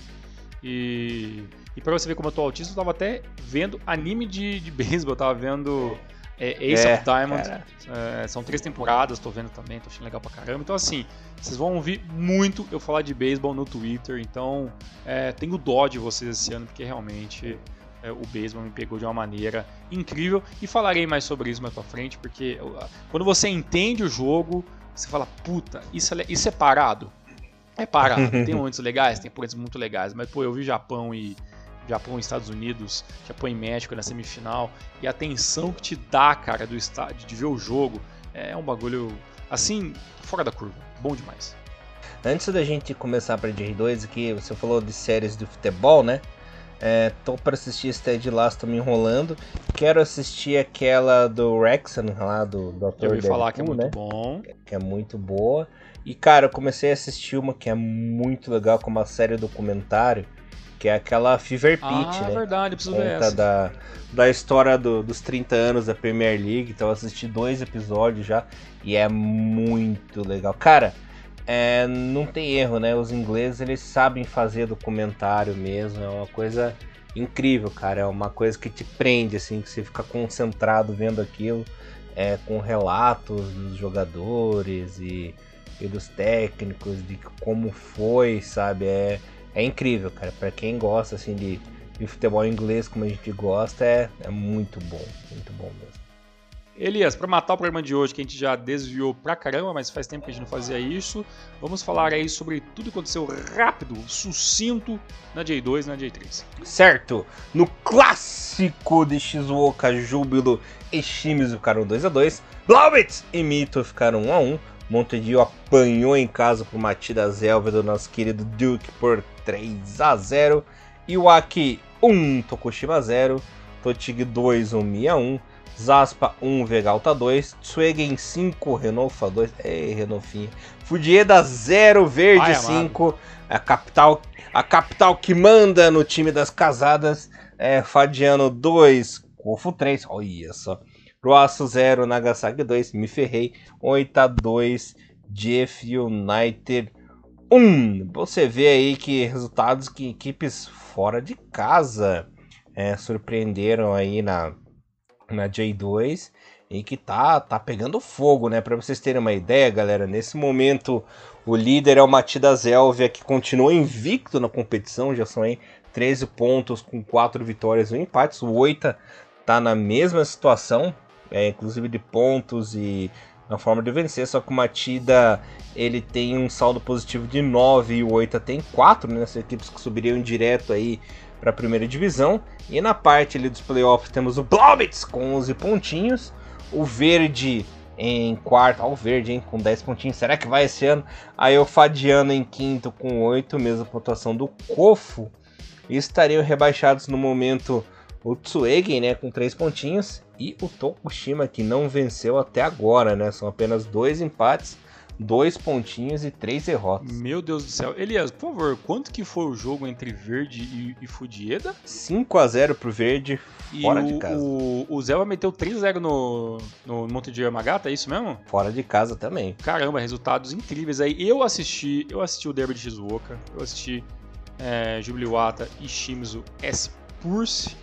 E pra você ver como eu tô autista, eu tava até vendo anime de beisebol, eu tava vendo Ace of Diamond. São 3 temporadas, tô vendo também, tô achando legal pra caramba. Então assim, vocês vão ouvir muito eu falar de beisebol no Twitter, então tenho dó de vocês esse ano, porque realmente o beisebol me pegou de uma maneira incrível. E falarei mais sobre isso mais pra frente, porque quando você entende o jogo, você fala, puta, isso é parado? É parado, tem momentos legais, tem momentos muito legais, mas eu vi Japão e Estados Unidos, Japão e México na semifinal, e a tensão que te dá, cara, do estádio, de ver o jogo, é um bagulho, assim, fora da curva, bom demais. Antes da gente começar pra J2 aqui, você falou de séries de futebol, né? Tô pra assistir esse Ted Lasso, tô me enrolando. Quero assistir aquela do Wrexham lá, do Dr. Eu ouvi falar que é muito bom. Que é muito boa. E cara, eu comecei a assistir uma que é muito legal, com uma série documentário, que é aquela Fever Pitch, né? Verdade, preciso ver essa. Da história dos 30 anos da Premier League. Então eu assisti 2 episódios já e é muito legal. Cara, não tem erro, né? Os ingleses, eles sabem fazer documentário mesmo. É uma coisa incrível, cara. É uma coisa que te prende, assim, que você fica concentrado vendo aquilo, com relatos dos jogadores e dos técnicos, de como foi, sabe? É incrível, cara. Pra quem gosta, assim, de futebol inglês, como a gente gosta, é muito bom mesmo. Elias, para matar o programa de hoje, que a gente já desviou pra caramba, mas faz tempo que a gente não fazia isso, vamos falar aí sobre tudo que aconteceu rápido, sucinto na J2 e na J3. Certo, no clássico de Shizuoka, Júbilo e Shimizu ficaram 2-2, Blauwitz e Mito ficaram 1-1, Montedio apanhou em casa por Matida Zelva do nosso querido Duke por 3-0, Iwaki 1, Tokushima 0, Totig 2, Omiya 1, Zaspa 1, Vegalta 2, Tsuegen 5, Renofa 2, Renofinha, Fujieda 0, Verde 5, a capital que manda no time das casadas, Fadiano 2, Kofu 3, olha só, Roaço 0, Nagasaki 2, me ferrei, 8-2, Jeff United 1. Você vê aí que resultados que equipes fora de casa surpreenderam aí na J2 e que tá pegando fogo, né? Pra vocês terem uma ideia, galera, nesse momento o líder é o Matida Zelvia, que continua invicto na competição, já são aí 13 pontos com 4 vitórias e 1 empate. O Oita tá na mesma situação, inclusive de pontos e na forma de vencer, só que o Matida ele tem um saldo positivo de 9 e o Oita tem 4, né? Essas equipes que subiriam direto aí para a primeira divisão. E na parte ali dos playoffs temos o Blauwitz com 11 pontinhos, o Verde em quarto, o Verde, hein, com 10 pontinhos, será que vai esse ano? Aí o Fadiano em quinto com 8, mesma pontuação do Kofu, e estariam rebaixados no momento o Tsuegen, né, com 3 pontinhos, e o Tokushima, que não venceu até agora, né, são apenas 2 empates, 2 pontinhos e 3 derrotas. Meu Deus do céu. Elias, por favor, quanto que foi o jogo entre Verde e Fujieda? 5-0 pro Verde, fora de casa. O Zelva meteu 3-0 no Montedio Yamagata, é isso mesmo? Fora de casa também. Caramba, resultados incríveis aí. Eu assisti o derby de Shizuoka, eu assisti Jubiliwata e Shimizu S-Pulse,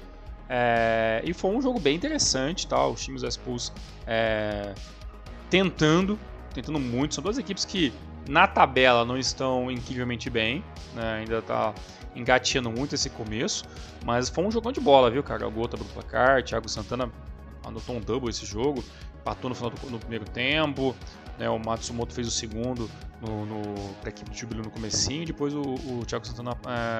e foi um jogo bem interessante, tá? O Shimizu S-Pulse tentando muito. São duas equipes que Na tabela não estão incrivelmente bem, né? Ainda tá engateando muito esse começo, mas foi um jogão de bola, viu, cara? O Gota abriu o placar, Thiago Santana anotou um double esse jogo, empatou no final no primeiro tempo, né? O Matsumoto fez o segundo pra equipe do Jubilee no comecinho, depois o Thiago Santana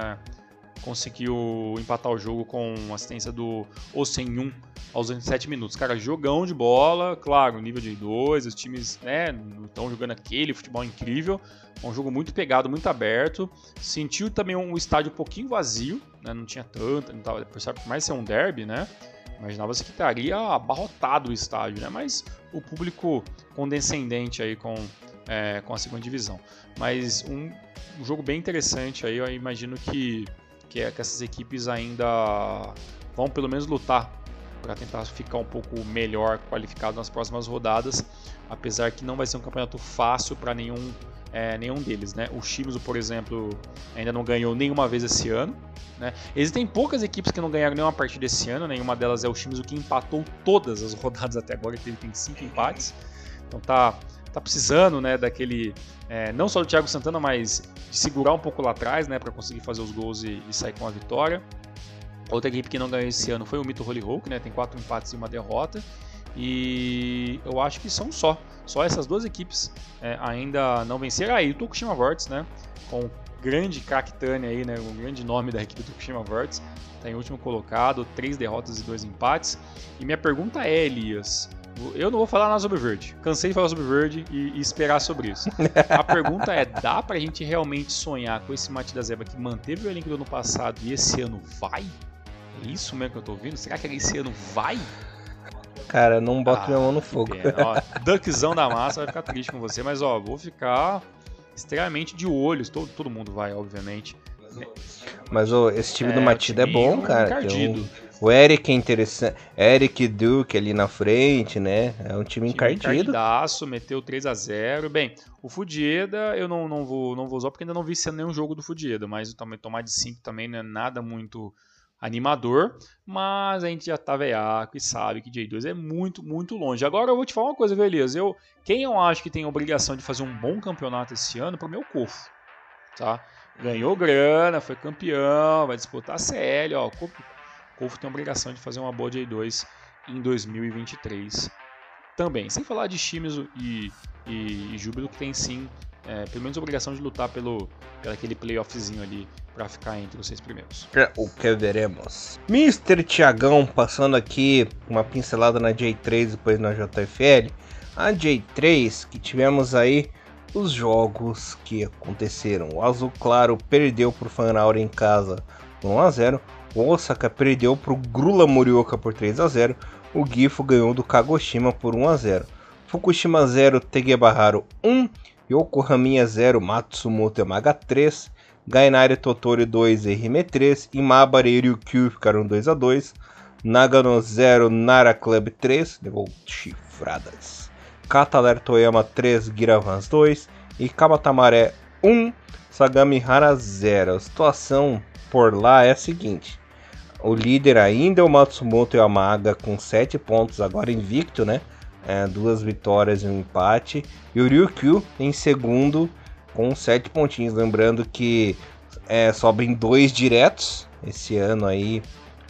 conseguiu empatar o jogo com assistência do Osenhun aos 27 minutos. Cara, jogão de bola, claro, nível de 2, os times não estão jogando aquele futebol incrível, é um jogo muito pegado, muito aberto. Sentiu também um estádio um pouquinho vazio, né? Não tinha tanto, não tava, por mais ser um derby, né? Imaginava-se que estaria abarrotado o estádio, né? Mas o público condescendente aí com a segunda divisão. Mas um jogo bem interessante aí, eu imagino que essas equipes ainda vão pelo menos lutar para tentar ficar um pouco melhor qualificado nas próximas rodadas, apesar que não vai ser um campeonato fácil para nenhum deles, né? O Shimizu, por exemplo, ainda não ganhou nenhuma vez esse ano, né? Existem poucas equipes que não ganharam nenhuma partida esse ano, nenhuma delas é o Shimizu, que empatou todas as rodadas até agora, ele tem 5 empates, então tá precisando, né, daquele, não só do Thiago Santana, mas de segurar um pouco lá atrás, né, para conseguir fazer os gols e sair com a vitória. Outra equipe que não ganhou esse ano foi o Mito Hollyhock, né, tem 4 empates e 1 derrota, e eu acho que são só essas duas equipes ainda não venceram. Aí o Tokushima Vortex, né, com o grande craque Tânia aí, né, o grande nome da equipe do Tokushima Vortex, está em último colocado, 3 derrotas e 2 empates. E minha pergunta é, Elias, eu não vou falar nada sobre o Verde. Cansei de falar sobre o Verde e esperar sobre isso. A pergunta é, dá pra gente realmente sonhar com esse Matida Zeba que manteve o elenco do ano passado e esse ano vai? É isso mesmo que eu tô ouvindo? Será que esse ano vai? Cara, não boto minha mão no fogo. Duckzão da massa vai ficar triste com você, mas vou ficar extremamente de olhos. Todo mundo vai, obviamente. Mas esse time do Matida é bom, cara. O Eric é interessante. Eric Duke ali na frente, né? É um time encardido. Encardidaço, meteu 3-0. Bem, o Fudieda eu não vou usar porque ainda não vi sendo nenhum jogo do Fudieda, mas também tomar de 5 também não é nada muito animador, mas a gente já tá veiaco e sabe que J2 é muito, muito longe. Agora eu vou te falar uma coisa, viu, Elias? Quem eu acho que tem a obrigação de fazer um bom campeonato esse ano, para mim é o Kofu, tá? Ganhou grana, foi campeão, vai disputar a CL, ó. O Kofu tem a obrigação de fazer uma boa J2 em 2023 também. Sem falar de Shimizu e Júbilo, que tem sim, pelo menos a obrigação de lutar pelo aquele playoffzinho ali para ficar entre os 6 primeiros. O que veremos. Mr. Thiagão passando aqui uma pincelada na J3 depois na JFL. A J3 que tivemos aí os jogos que aconteceram. O Azul Claro perdeu pro Fanaura em casa por 1-0. O Osaka perdeu pro Grula Morioka por 3-0. O Gifu ganhou do Kagoshima por 1-0. Fukushima 0, Tegebaharu 1. Yokohama 0, Matsumoto Yamaga 3. Gainari Tottori 2, RM 3. E Mabare e Ryukyu ficaram 2-2. Nagano 0, Nara Club 3. Levou chifradas. Kataler Toyama 3, Giravans 2. E Kabatamaré 1, Sagamihara 0. A situação por lá é a seguinte. O líder ainda é o Matsumoto Yamaga com 7 pontos, agora invicto, né? 2 vitórias e 1 empate. E o Ryukyu em segundo com 7 pontinhos. Lembrando que sobem 2 diretos esse ano aí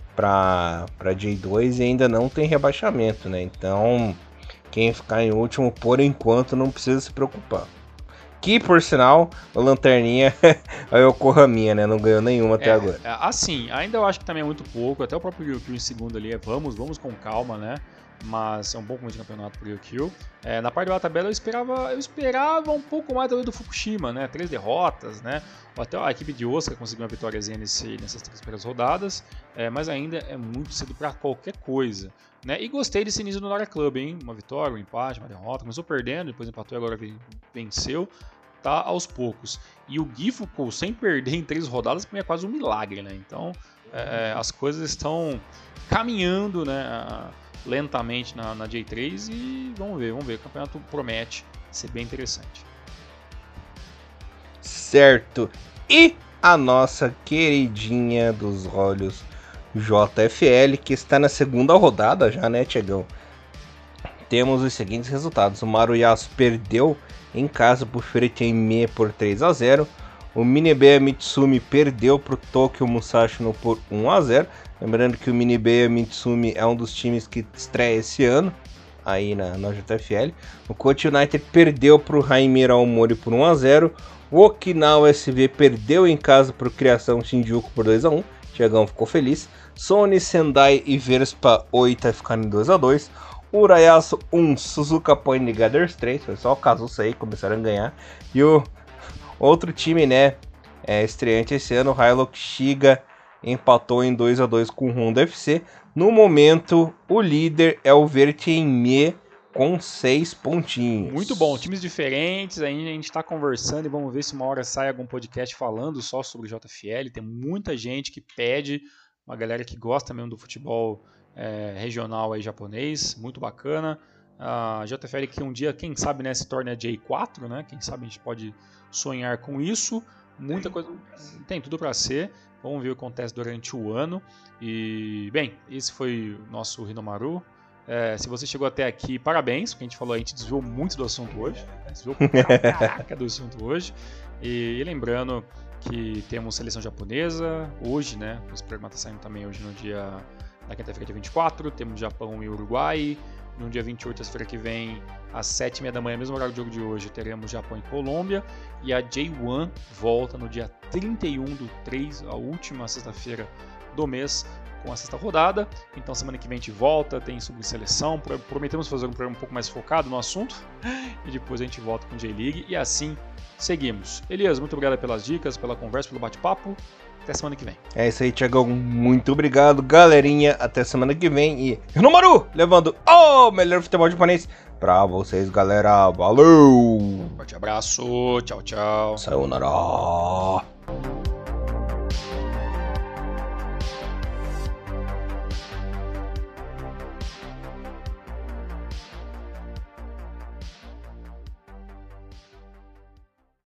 para J2 e ainda não tem rebaixamento, né? Então quem ficar em último por enquanto não precisa se preocupar. Que, por sinal, o Lanterninha é o Yokohama, né? Não ganhou nenhuma até agora. Assim, ainda eu acho que também é muito pouco. Até o próprio Ryukyu em segundo ali vamos com calma, né? Mas é um pouco mais de campeonato pro Ryukyu. Na parte da tabela eu esperava um pouco mais do Fukushima, né? 3 derrotas, né? Até a equipe de Osaka conseguiu uma vitóriazinha nessas 3 primeiras rodadas. Mas ainda é muito cedo para qualquer coisa, né? E gostei desse início do Nara Club, hein? Uma vitória, um empate, uma derrota. Começou perdendo, depois empatou e agora venceu. Tá aos poucos. E o Gifu sem perder em 3 rodadas é quase um milagre, né? Então as coisas estão caminhando, né? Lentamente na J3 e vamos ver. O campeonato promete ser bem interessante. Certo. E a nossa queridinha dos olhos JFL, que está na segunda rodada já, né, Tiagão? temos os seguintes resultados. O Maruyasu perdeu em casa por Furetemie por 3-0. O Minebeia Mitsumi perdeu para o Tokyo Musashi no por 1-0. Lembrando que o Minebeia Mitsumi é um dos times que estreia esse ano aí na JFL. O Kochi United perdeu para o Haimira Aomori por 1-0. O Okinawa SV perdeu em casa para o Criação Shinjuku por 2-1. Tiagão ficou feliz. Sony, Sendai e Verspa Oita ficaram em 2-2. Urayasu 1, Suzuka Point Gathers 3. Foi só o Kazusa aí, começaram a ganhar. E o outro time, né, estreante esse ano, o Hilux Shiga, empatou em 2-2 com o Honda FC. No momento, o líder é o Vertemie com 6 pontinhos. Muito bom, times diferentes, ainda a gente está conversando e vamos ver se uma hora sai algum podcast falando só sobre JFL. Tem muita gente que pede, uma galera que gosta mesmo do futebol regional aí japonês, muito bacana. A JFL que um dia, quem sabe, né, se torne a J4, né? Quem sabe a gente pode sonhar com isso. Muita coisa tem tudo para ser. Vamos ver o que acontece durante o ano. E, bem, esse foi o nosso Hinomaru. Se você chegou até aqui, parabéns, porque a gente falou, a gente desviou muito do assunto hoje. Desviou caraca do assunto hoje. E lembrando que temos seleção japonesa hoje, né? Esse programa está saindo também hoje no dia da quinta-feira, dia 24. Temos Japão e Uruguai. No dia 28, terça-feira que vem, às 7h30 da manhã, mesmo horário do jogo de hoje, teremos Japão e Colômbia. E a J1 volta no dia 31/3, a última sexta-feira do mês, com a sexta rodada. Então semana que vem a gente volta, tem seleção. Prometemos fazer um programa um pouco mais focado no assunto. E depois a gente volta com J-League. E assim seguimos. Elias, muito obrigado pelas dicas, pela conversa, pelo bate-papo. Até semana que vem. É isso aí, Thiagão. Muito obrigado, galerinha. Até semana que vem. E Hinomaru, levando o melhor futebol japonês pra vocês, galera. Valeu! Forte abraço. Tchau, tchau. Sayonara.